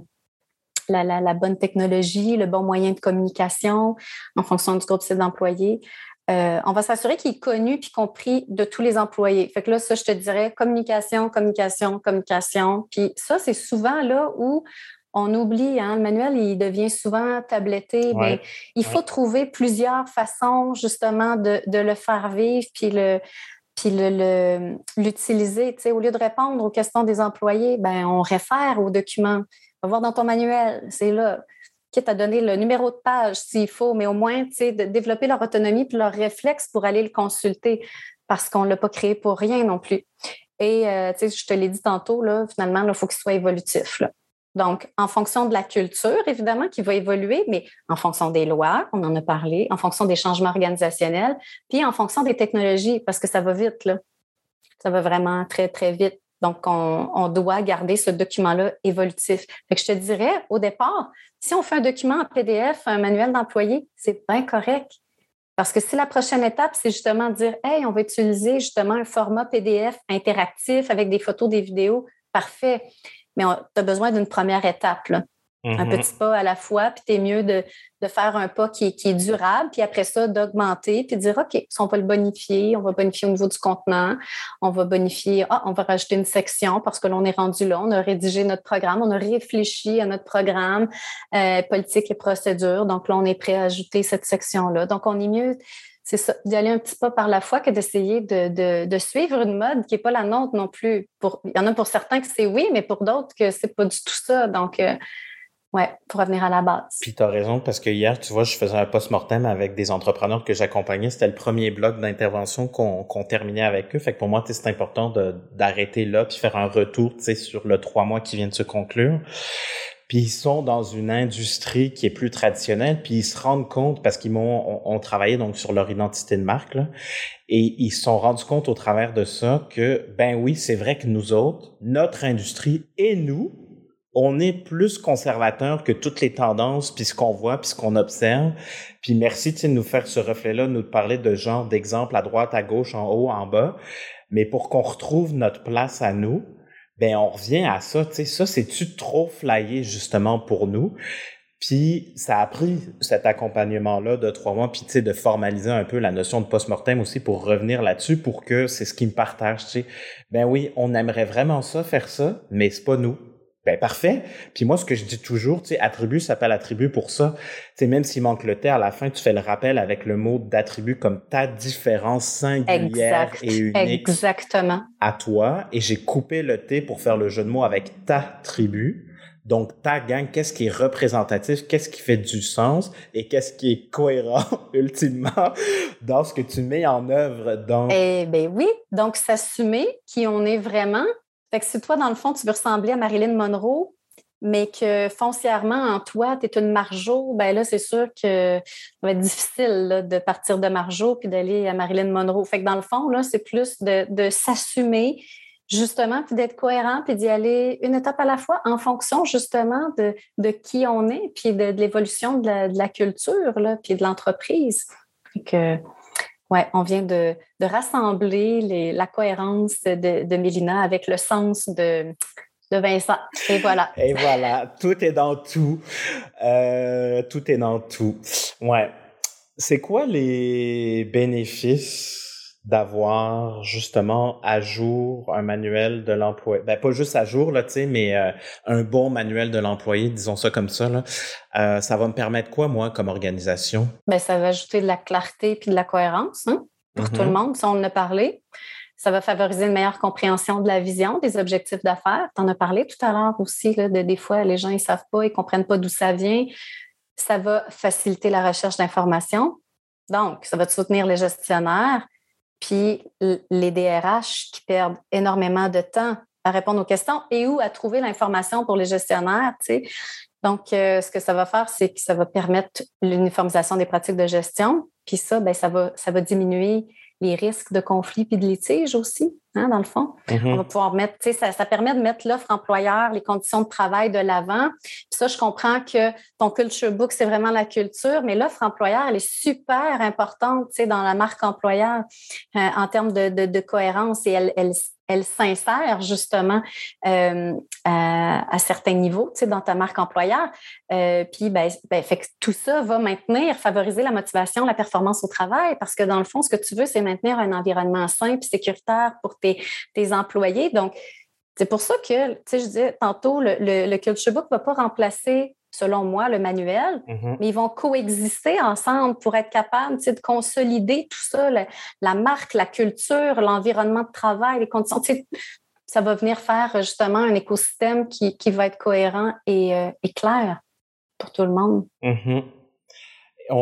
la, la, la bonne technologie, le bon moyen de communication en fonction du groupe cible d'employés. Euh, on va s'assurer qu'il est connu puis compris de tous les employés. Fait que là, ça, je te dirais communication, communication, communication. Puis ça, c'est souvent là où on oublie, hein, le manuel, il devient souvent tabletté. Ouais, bien, il faut ouais. trouver plusieurs façons, justement, de, de le faire vivre puis le, puis le, le, l'utiliser. Tu sais, au lieu de répondre aux questions des employés, ben, on réfère aux documents. On va voir dans ton manuel, c'est là. Quitte à donner le numéro de page s'il faut, mais au moins, tu sais, de développer leur autonomie puis leur réflexe pour aller le consulter parce qu'on ne l'a pas créé pour rien non plus. Et, euh, tu sais, je te l'ai dit tantôt, là, finalement, il faut qu'il soit évolutif, là. Donc, en fonction de la culture, évidemment, qui va évoluer, mais en fonction des lois, on en a parlé, en fonction des changements organisationnels, puis en fonction des technologies, parce que ça va vite, là. Ça va vraiment très, très vite. Donc, on, on doit garder ce document-là évolutif. Fait que je te dirais, au départ, si on fait un document en P D F, un manuel d'employé, c'est bien correct. Parce que si la prochaine étape, c'est justement de dire, hey, on va utiliser justement un format P D F interactif avec des photos, des vidéos, parfait. Mais tu as besoin d'une première étape, là. Mm-hmm. Un petit pas à la fois, puis tu es mieux de, de faire un pas qui est, qui est durable, puis après ça, d'augmenter, puis de dire, OK, on va le bonifier, on va bonifier au niveau du contenant, on va bonifier, ah, on va rajouter une section parce que l'on est rendu là, on a rédigé notre programme, on a réfléchi à notre programme, euh, politique et procédures, donc là, on est prêt à ajouter cette section-là. Donc, on est mieux, c'est ça, d'y aller un petit pas par la fois que d'essayer de, de, de suivre une mode qui n'est pas la nôtre non plus. Pour, il y en a pour certains que c'est oui, mais pour d'autres que c'est pas du tout ça. Donc, euh, oui, pour revenir à la base. Puis tu as raison, parce que hier, tu vois, je faisais un post-mortem avec des entrepreneurs que j'accompagnais. C'était le premier bloc d'intervention qu'on, qu'on terminait avec eux. Fait que pour moi, c'est important de, d'arrêter là puis faire un retour, tu sais, sur le trois mois qui vient de se conclure. Puis ils sont dans une industrie qui est plus traditionnelle, puis ils se rendent compte, parce qu'ils m'ont on, on travaillé donc sur leur identité de marque, là, et ils se sont rendus compte au travers de ça que, ben oui, c'est vrai que nous autres, notre industrie et nous, on est plus conservateurs que toutes les tendances, puis ce qu'on voit, puis ce qu'on observe. Puis merci de nous faire ce reflet-là, nous parler de genre d'exemples à droite, à gauche, en haut, en bas. Mais pour qu'on retrouve notre place à nous, ben on revient à ça. Tu sais, ça, c'est-tu trop flyé justement pour nous? Puis ça a pris cet accompagnement-là de trois mois, puis tu sais, de formaliser un peu la notion de post-mortem aussi pour revenir là-dessus, pour que c'est ce qui me partage. Tu sais, ben oui, on aimerait vraiment ça, faire ça, mais c'est pas nous. Ben parfait. Puis moi, ce que je dis toujours, tu sais, attribut s'appelle attribut pour ça. Tu sais, même s'il manque le T, à la fin, tu fais le rappel avec le mot d'attribut comme ta différence singulière exact. et unique. Exactement. À toi. Et j'ai coupé le T pour faire le jeu de mots avec ta tribu. Donc, ta gang, qu'est-ce qui est représentatif, qu'est-ce qui fait du sens et qu'est-ce qui est cohérent, ultimement, dans ce que tu mets en œuvre. Donc... Eh bien oui. Donc, s'assumer qui on est vraiment. Fait que si toi, dans le fond, tu veux ressembler à Marilyn Monroe, mais que foncièrement, en toi, tu es une margeau, ben là, c'est sûr que ça va être difficile là, de partir de margeau puis d'aller à Marilyn Monroe. Fait que dans le fond, là, c'est plus de, de s'assumer, justement, puis d'être cohérent, puis d'y aller une étape à la fois en fonction, justement, de, de qui on est, puis de, de l'évolution de la, de la culture, là, puis de l'entreprise. Fait que, ouais, on vient de, de rassembler les, la cohérence de, de Mélina avec le sens de... de Vincent. Et voilà. Et voilà, tout est dans tout. Euh, tout est dans tout. Ouais. C'est quoi les bénéfices d'avoir justement à jour un manuel de l'employé? Ben, pas juste à jour, là, tu sais, mais euh, un bon manuel de l'employé, disons ça comme ça, là. Euh, ça va me permettre quoi, moi, comme organisation? Ben, ça va ajouter de la clarté puis de la cohérence, hein, pour mm-hmm. tout le monde, ça, on en a parlé. Ça va favoriser une meilleure compréhension de la vision, des objectifs d'affaires. Tu en as parlé tout à l'heure aussi, là, de des fois, les gens, ils ne savent pas, ils ne comprennent pas d'où ça vient. Ça va faciliter la recherche d'informations. Donc, ça va te soutenir les gestionnaires, puis les D R H qui perdent énormément de temps à répondre aux questions et ou à trouver l'information pour les gestionnaires, tu sais. Donc, euh, ce que ça va faire, c'est que ça va permettre l'uniformisation des pratiques de gestion. Puis ça, ben, ça va, ça va diminuer les risques de conflits puis de litiges aussi, hein, dans le fond. Mm-hmm. On va pouvoir mettre, tu sais, ça, ça permet de mettre l'offre employeur, les conditions de travail de l'avant. Puis ça, je comprends que ton culture book, c'est vraiment la culture, mais l'offre employeur, elle est super importante, tu sais, dans la marque employeur euh, en termes de, de, de cohérence et elle, elle elle s'insère justement euh, à, à certains niveaux, tu sais, dans ta marque employeur. Euh, puis, ben, ben, fait que tout ça va maintenir, favoriser la motivation, la performance au travail, parce que dans le fond, ce que tu veux, c'est maintenir un environnement sain et sécuritaire pour tes, tes employés. Donc, c'est pour ça que, tu sais, je disais tantôt, le, le, le Culture Book ne va pas remplacer, selon moi, le manuel, mm-hmm. mais ils vont coexister ensemble pour être capables, tu sais, de consolider tout ça, le, la marque, la culture, l'environnement de travail, les conditions. Tu sais, ça va venir faire justement un écosystème qui, qui va être cohérent et, euh, et clair pour tout le monde. Mm-hmm. On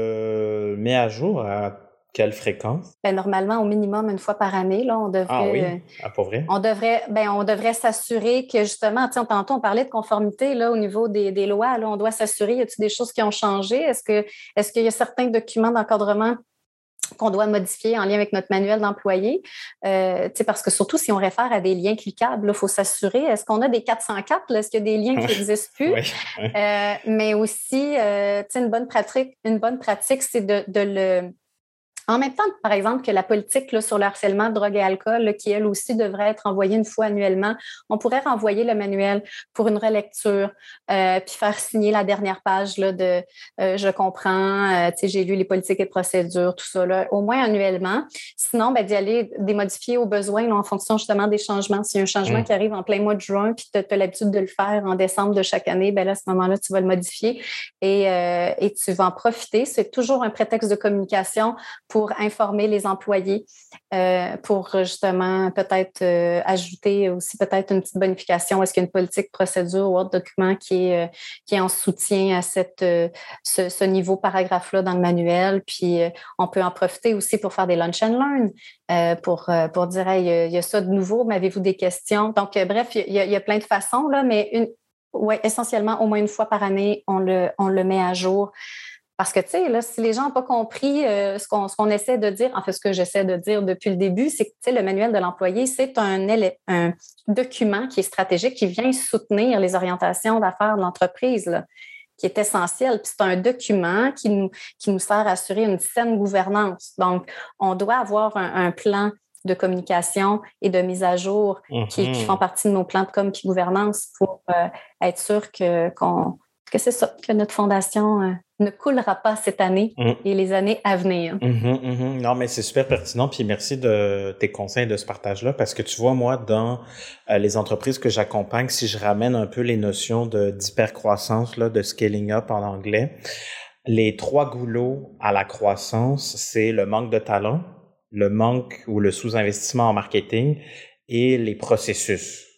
le met à jour à quelle fréquence? Ben, normalement, au minimum une fois par année, là, on devrait. Ah oui? Ah, pour vrai? On devrait, ben, on devrait s'assurer que justement, tu sais, tantôt on parlait de conformité là, au niveau des, des lois. Là, on doit s'assurer, y a-t-il des choses qui ont changé? Est-ce que, est-ce qu'il y a certains documents d'encadrement qu'on doit modifier en lien avec notre manuel d'employé? Euh, tu sais, parce que surtout si on réfère à des liens cliquables, il faut s'assurer, est-ce qu'on a des quatre cent quatre? Là, est-ce qu'il y a des liens qui n'existent plus? Oui, oui. Euh, mais aussi, euh, tu sais, une bonne pratique, une bonne pratique, c'est de, de le. En même temps, par exemple, que la politique là, sur le harcèlement, drogue et alcool, là, qui, elle aussi, devrait être envoyée une fois annuellement, on pourrait renvoyer le manuel pour une relecture, euh, puis faire signer la dernière page là, de euh, « Je comprends, euh, tu sais, j'ai lu les politiques et procédures », tout ça, là, au moins annuellement. Sinon, ben, d'y aller démodifier au besoin là, en fonction justement des changements. S'il y a un changement mmh. qui arrive en plein mois de juin, puis tu as l'habitude de le faire en décembre de chaque année, ben là, à ce moment-là, tu vas le modifier et, euh, et tu vas en profiter. C'est toujours un prétexte de communication pour informer les employés, euh, pour justement peut-être euh, ajouter aussi peut-être une petite bonification. Est-ce qu'il y a une politique, procédure ou autre document qui est, euh, qui est en soutien à cette, euh, ce, ce niveau paragraphe-là dans le manuel? Puis euh, on peut en profiter aussi pour faire des lunch and learn, euh, pour, euh, pour dire hey, il y a ça de nouveau, mais avez-vous des questions? Donc, euh, bref, il y, a, il y a plein de façons, là, mais une, ouais, essentiellement, au moins une fois par année, on le, on le met à jour. Parce que, tu sais, là, si les gens n'ont pas compris euh, ce, qu'on, ce qu'on essaie de dire, en fait, ce que j'essaie de dire depuis le début, c'est que, tu sais, le manuel de l'employé, c'est un, un document qui est stratégique, qui vient soutenir les orientations d'affaires de l'entreprise, là, qui est essentiel. Puis c'est un document qui nous, qui nous sert à assurer une saine gouvernance. Donc, on doit avoir un, un plan de communication et de mise à jour mm-hmm. qui, qui font partie de nos plans de com et gouvernance pour euh, être sûr que, qu'on, que c'est ça, que notre fondation euh, ne coulera pas cette année mmh. et les années à venir. Mmh, mmh. Non, mais c'est super pertinent, puis merci de tes conseils de ce partage-là, parce que tu vois, moi, dans euh, les entreprises que j'accompagne, si je ramène un peu les notions de, d'hypercroissance, là, de scaling up en anglais, les trois goulots à la croissance, c'est le manque de talent, le manque ou le sous-investissement en marketing et les processus.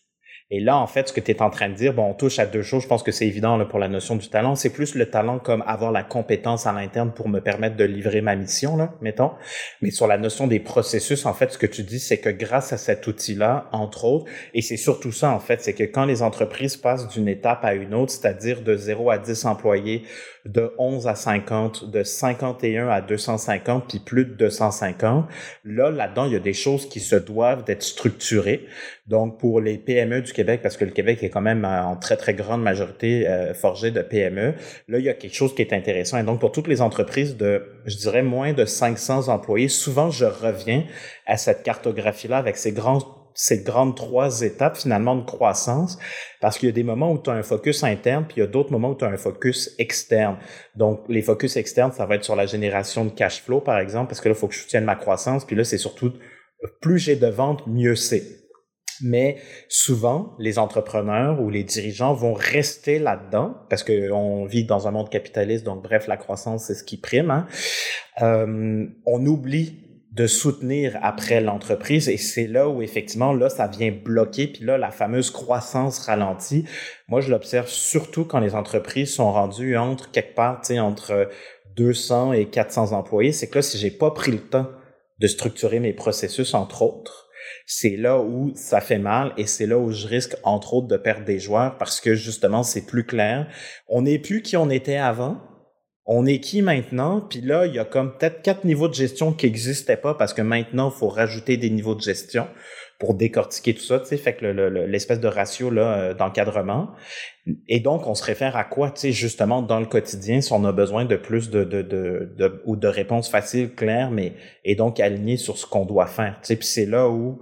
Et là, en fait, ce que tu es en train de dire, bon, on touche à deux choses. Je pense que c'est évident là, pour la notion du talent. C'est plus le talent comme avoir la compétence à l'interne pour me permettre de livrer ma mission, là, mettons. Mais sur la notion des processus, en fait, ce que tu dis, c'est que grâce à cet outil-là, entre autres, et c'est surtout ça, en fait, c'est que quand les entreprises passent d'une étape à une autre, c'est-à-dire de zéro à dix employés, de onze à cinquante, de cinquante et un à deux cent cinquante, puis plus de deux cent cinquante, là, là-dedans, il y a des choses qui se doivent d'être structurées. Donc, pour les P M E du Québec, parce que le Québec est quand même en très, très grande majorité euh, forgé de P M E, là, il y a quelque chose qui est intéressant. Et donc, pour toutes les entreprises de, je dirais, moins de cinq cents employés, souvent, je reviens à cette cartographie-là avec ces grands ces grandes trois étapes, finalement, de croissance, parce qu'il y a des moments où tu as un focus interne, puis il y a d'autres moments où tu as un focus externe. Donc, les focus externes, ça va être sur la génération de cash flow, par exemple, parce que là, il faut que je soutienne ma croissance, puis là, c'est surtout, plus j'ai de ventes, mieux c'est. Mais souvent, les entrepreneurs ou les dirigeants vont rester là-dedans, parce qu'on vit dans un monde capitaliste, donc bref, la croissance, c'est ce qui prime. Hein. Euh, on oublie de soutenir après l'entreprise et c'est là où effectivement là ça vient bloquer puis là la fameuse croissance ralentit. Moi je l'observe surtout quand les entreprises sont rendues entre quelque part tu sais entre deux cents et quatre cents employés, c'est que là si j'ai pas pris le temps de structurer mes processus entre autres, c'est là où ça fait mal et c'est là où je risque entre autres de perdre des joueurs parce que justement c'est plus clair. On n'est plus qui on était avant. On est qui maintenant? Puis là, il y a comme peut-être quatre niveaux de gestion qui n'existaient pas parce que maintenant, il faut rajouter des niveaux de gestion pour décortiquer tout ça, tu sais, fait que le, le, l'espèce de ratio là d'encadrement. Et donc, on se réfère à quoi, tu sais, justement, dans le quotidien, si on a besoin de plus de, de, de, de ou de réponses faciles, claires, mais et donc alignées sur ce qu'on doit faire, tu sais. Puis c'est là où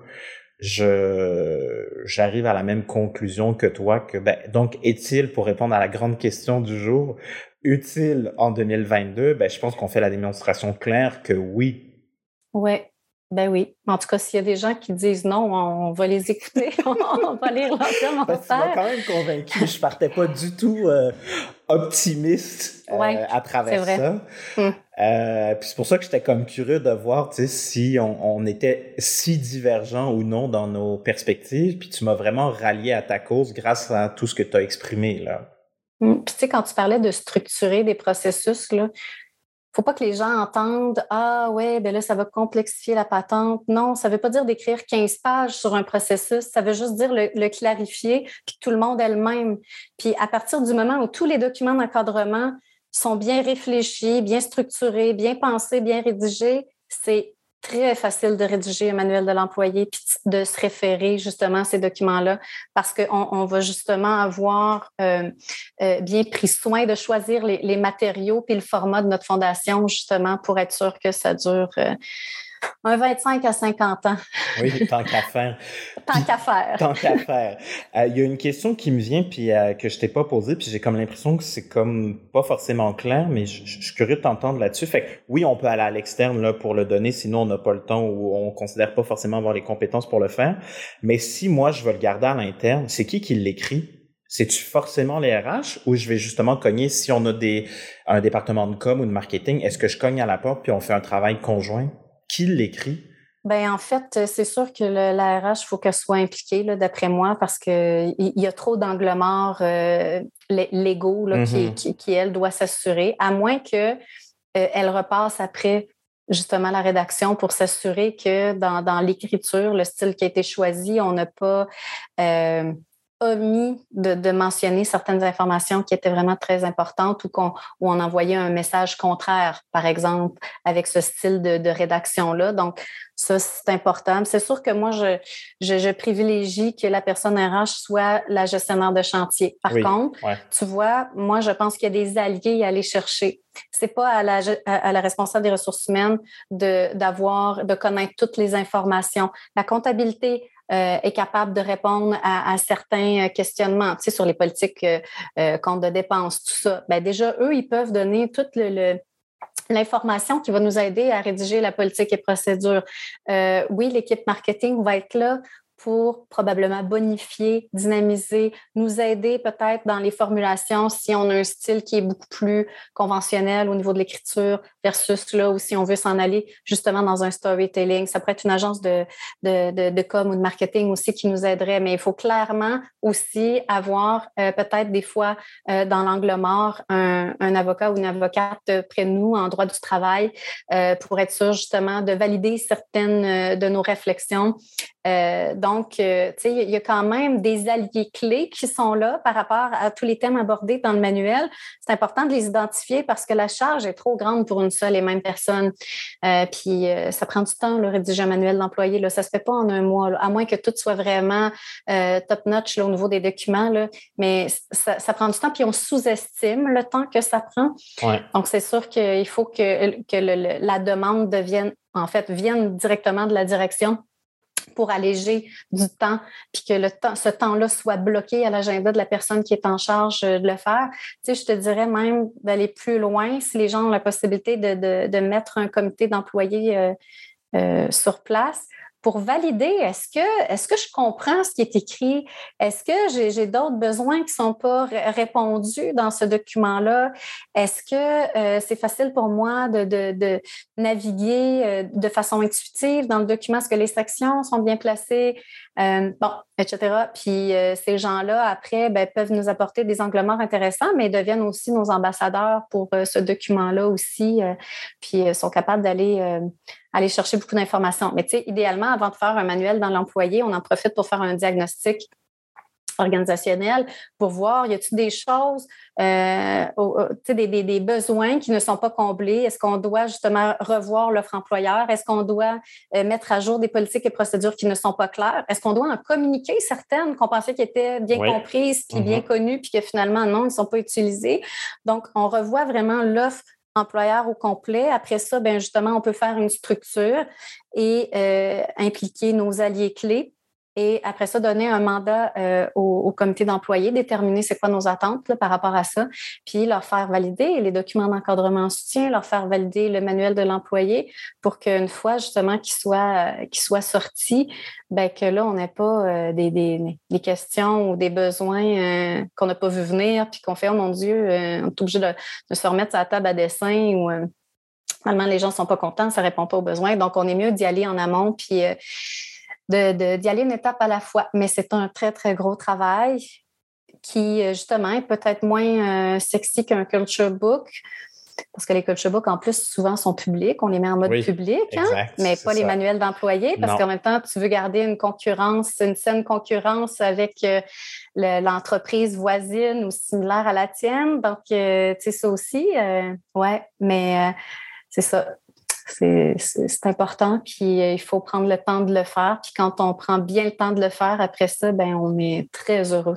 je j'arrive à la même conclusion que toi que ben donc est-il, pour répondre à la grande question du jour, utile en deux mille vingt-deux? Ben je pense qu'on fait la démonstration claire que oui. Ouais. Ben oui. En tout cas, s'il y a des gens qui disent non, on va les écouter, on va les relancer, on va faire. Tu m'as quand même convaincu. Je partais pas du tout euh, optimiste euh, ouais, à travers c'est vrai. ça. Hum. Euh, puis c'est pour ça que j'étais comme curieux de voir, tu sais, si on, on était si divergents ou non dans nos perspectives. Puis tu m'as vraiment rallié à ta cause grâce à tout ce que tu as exprimé là. Hum. Puis tu sais, quand tu parlais de structurer des processus là. Faut pas que les gens entendent « Ah ouais, ben là, ça va complexifier la patente ». Non, ça veut pas dire d'écrire quinze pages sur un processus, ça veut juste dire le, le clarifier, puis que tout le monde ait le même. Puis à partir du moment où tous les documents d'encadrement sont bien réfléchis, bien structurés, bien pensés, bien rédigés, c'est très facile de rédiger un manuel de l'employé puis de se référer justement à ces documents-là parce qu'on on va justement avoir euh, euh, bien pris soin de choisir les, les matériaux puis le format de notre fondation justement pour être sûr que ça dure euh, un vingt-cinq à cinquante ans. Oui, tant qu'à faire. Tant qu'à faire. Tant qu'à faire. Il euh, y a une question qui me vient puis euh, que je t'ai pas posée puis j'ai comme l'impression que c'est comme pas forcément clair, mais je, je suis curieux de t'entendre là-dessus. Fait que oui, on peut aller à l'externe là pour le donner, sinon on n'a pas le temps ou on considère pas forcément avoir les compétences pour le faire. Mais si moi je veux le garder à l'interne, c'est qui qui l'écrit? C'est-tu forcément les R H ou je vais justement cogner si on a des un département de com ou de marketing, est-ce que je cogne à la porte puis on fait un travail conjoint? Qui l'écrit? Ben en fait, c'est sûr que le, la R H, il faut qu'elle soit impliquée, là, d'après moi, parce qu'il y, y a trop d'angles morts euh, légaux là, mm-hmm. qui, qui, qui, elle, doit s'assurer, à moins qu'elle euh, repasse après justement la rédaction pour s'assurer que dans, dans l'écriture, le style qui a été choisi, on n'a pas... Euh, omis de, de mentionner certaines informations qui étaient vraiment très importantes ou qu'on, où on envoyait un message contraire, par exemple, avec ce style de, de rédaction-là. Donc, ça, c'est important. C'est sûr que moi, je, je, je privilégie que la personne R H soit la gestionnaire de chantier. Par oui, contre, ouais. tu vois, moi, je pense qu'il y a des alliés à aller chercher. C'est pas à la, à la responsable des ressources humaines de, d'avoir, de connaître toutes les informations. La comptabilité, Euh, est capable de répondre à, à certains questionnements, tu sais, sur les politiques euh, euh, compte de dépenses, tout ça. Ben déjà, eux, ils peuvent donner toute le, le, l'information qui va nous aider à rédiger la politique et procédure. Euh, oui, l'équipe marketing va être là pour probablement bonifier, dynamiser, nous aider peut-être dans les formulations si on a un style qui est beaucoup plus conventionnel au niveau de l'écriture versus là où si on veut s'en aller justement dans un storytelling. Ça pourrait être une agence de, de, de, de com ou de marketing aussi qui nous aiderait, mais il faut clairement aussi avoir euh, peut-être des fois euh, dans l'angle mort un, un avocat ou une avocate près de nous en droit du travail euh, pour être sûr justement de valider certaines de nos réflexions. Euh, donc, euh, tu sais, il y a quand même des alliés clés qui sont là par rapport à tous les thèmes abordés dans le manuel. C'est important de les identifier parce que la charge est trop grande pour une seule et même personne. Euh, puis, euh, ça prend du temps, le rédiger un manuel d'employé. Là, ça se fait pas en un mois, là, à moins que tout soit vraiment euh, top-notch là, au niveau des documents. Là, mais ça, ça prend du temps, puis on sous-estime le temps que ça prend. Ouais. Donc, c'est sûr qu'il faut que, que le, le, la demande devienne, en fait, vienne directement de la direction pour alléger du temps, puis que le temps, ce temps-là soit bloqué à l'agenda de la personne qui est en charge de le faire. Tu sais, je te dirais même d'aller plus loin si les gens ont la possibilité de, de, de mettre un comité d'employés euh, euh, sur place pour valider, est-ce que, est-ce que je comprends ce qui est écrit? Est-ce que j'ai, j'ai d'autres besoins qui ne sont pas répondus dans ce document-là? Est-ce que euh, c'est facile pour moi de, de, de naviguer euh, de façon intuitive dans le document? Est-ce que les sections sont bien placées? Euh, bon, et cetera. Puis euh, ces gens-là, après, ben, peuvent nous apporter des angles morts intéressants, mais deviennent aussi nos ambassadeurs pour euh, ce document-là aussi, euh, puis euh, sont capables d'aller euh, aller chercher beaucoup d'informations. Mais tu sais, idéalement, avant de faire un manuel dans l'employé, on en profite pour faire un diagnostic organisationnel pour voir, y a-t-il des choses, euh, des, des, des besoins qui ne sont pas comblés? Est-ce qu'on doit justement revoir l'offre employeur? Est-ce qu'on doit euh, mettre à jour des politiques et procédures qui ne sont pas claires? Est-ce qu'on doit en communiquer certaines qu'on pensait qui étaient bien oui. comprises puis mm-hmm. bien connues puis que finalement, non, ils ne sont pas utilisées? Donc, on revoit vraiment l'offre employeur au complet. Après ça, bien justement, on peut faire une structure et euh, impliquer nos alliés clés. Et après ça, donner un mandat euh, au, au comité d'employés, déterminer c'est quoi nos attentes là, par rapport à ça, puis leur faire valider les documents d'encadrement en soutien, leur faire valider le manuel de l'employé pour qu'une fois justement qu'il soit, euh, qu'il soit sorti, ben que là, on n'ait pas euh, des, des, des questions ou des besoins euh, qu'on n'a pas vu venir, puis qu'on fait « Oh mon Dieu, euh, on est obligé de, de se remettre sur la table à dessin » ou euh, finalement, les gens ne sont pas contents, ça ne répond pas aux besoins. Donc, on est mieux d'y aller en amont, puis... Euh, De, de, d'y aller une étape à la fois. Mais c'est un très, très gros travail qui, justement, est peut-être moins euh, sexy qu'un culture book parce que les culture books, en plus, souvent sont publics. On les met en mode oui, public, hein? Exact, mais pas ça. Les manuels d'employés parce non. qu'en même temps, tu veux garder une concurrence, une saine concurrence avec euh, le, l'entreprise voisine ou similaire à la tienne. Donc, euh, tu sais, ça aussi, euh, ouais, mais euh, c'est ça. C'est, c'est, c'est important, puis euh, il faut prendre le temps de le faire. Puis quand on prend bien le temps de le faire, après ça, ben on est très heureux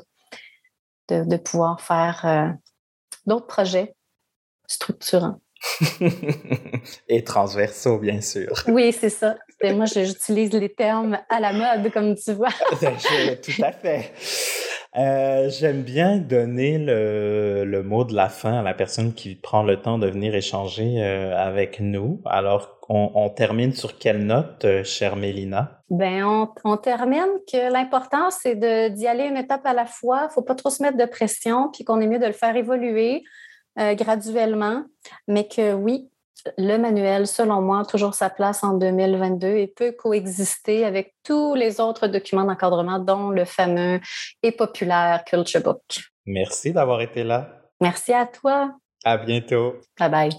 de, de pouvoir faire euh, d'autres projets structurants. Et transversaux, bien sûr. Oui, c'est ça. Et moi, j'utilise les termes à la mode, comme tu vois. Tout à fait. Euh, j'aime bien donner le, le mot de la fin à la personne qui prend le temps de venir échanger euh, avec nous. Alors, on, on termine sur quelle note, euh, chère Mélina? Ben, on, on termine que l'important, c'est de, d'y aller une étape à la fois. Il ne faut pas trop se mettre de pression, puis qu'on est mieux de le faire évoluer euh, graduellement. Mais que oui, le manuel, selon moi, a toujours sa place en deux mille vingt-deux et peut coexister avec tous les autres documents d'encadrement, dont le fameux et populaire Culture Book. Merci d'avoir été là. Merci à toi. À bientôt. Bye bye.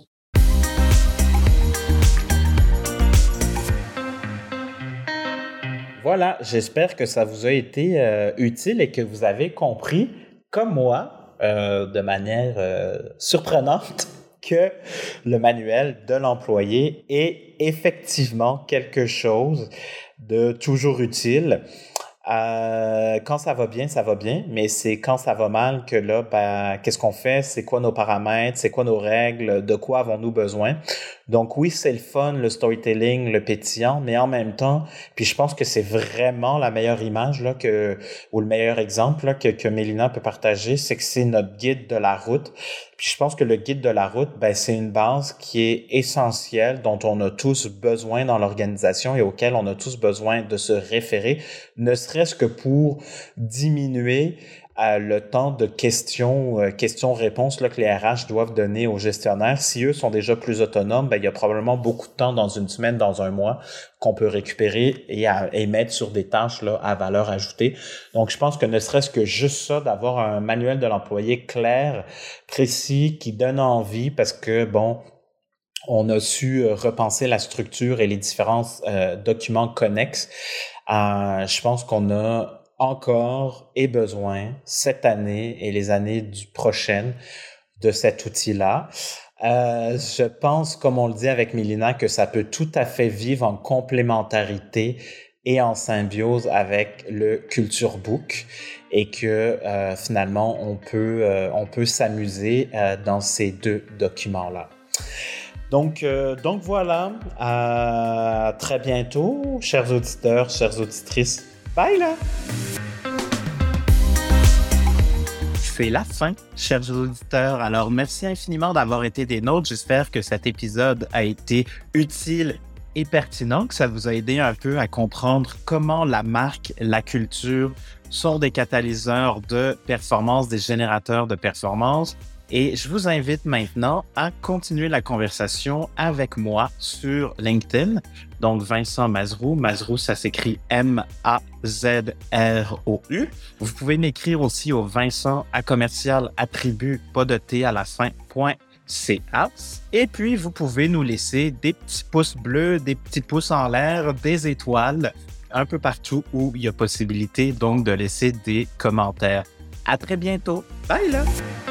Voilà, j'espère que ça vous a été euh, utile et que vous avez compris, comme moi, euh, de manière euh, surprenante, que le manuel de l'employé est effectivement quelque chose de toujours utile. Euh, quand ça va bien, ça va bien, mais c'est quand ça va mal que là, ben, qu'est-ce qu'on fait? C'est quoi nos paramètres? C'est quoi nos règles? De quoi avons-nous besoin? Donc oui, c'est le fun, le storytelling, le pétillant, mais en même temps, puis je pense que c'est vraiment la meilleure image là que ou le meilleur exemple là, que, que Mélina peut partager, c'est que c'est notre guide de la route. Puis je pense que le guide de la route, ben c'est une base qui est essentielle, dont on a tous besoin dans l'organisation et auquel on a tous besoin de se référer, ne serait-ce que pour diminuer euh, le temps de questions, euh, questions-réponses là, que les R H doivent donner aux gestionnaires. Si eux sont déjà plus autonomes, ben, il y a probablement beaucoup de temps dans une semaine, dans un mois, qu'on peut récupérer et, à, et mettre sur des tâches là, à valeur ajoutée. Donc, je pense que ne serait-ce que juste ça, d'avoir un manuel de l'employé clair, précis, qui donne envie, parce que, bon, on a su repenser la structure et les différents euh, documents connexes. Euh, je pense qu'on a encore et besoin cette année et les années du prochaines de cet outil-là. Euh, je pense, comme on le dit avec Mélina, que ça peut tout à fait vivre en complémentarité et en symbiose avec le Culture Book et que euh, finalement on peut euh, on peut s'amuser euh, dans ces deux documents-là. Donc, euh, donc voilà, à très bientôt, chers auditeurs, chères auditrices. Bye là! C'est la fin, chers auditeurs. Alors, merci infiniment d'avoir été des nôtres. J'espère que cet épisode a été utile et pertinent, que ça vous a aidé un peu à comprendre comment la marque, la culture sont des catalyseurs de performance, des générateurs de performance. Et je vous invite maintenant à continuer la conversation avec moi sur LinkedIn. Donc, Vincent Mazeroux. Mazeroux, ça s'écrit M A Z R O U. Vous pouvez m'écrire aussi au Vincent à commercial attribut, pas de T à la fin, point C A. Et puis, vous pouvez nous laisser des petits pouces bleus, des petits pouces en l'air, des étoiles, un peu partout où il y a possibilité donc de laisser des commentaires. À très bientôt. Bye là!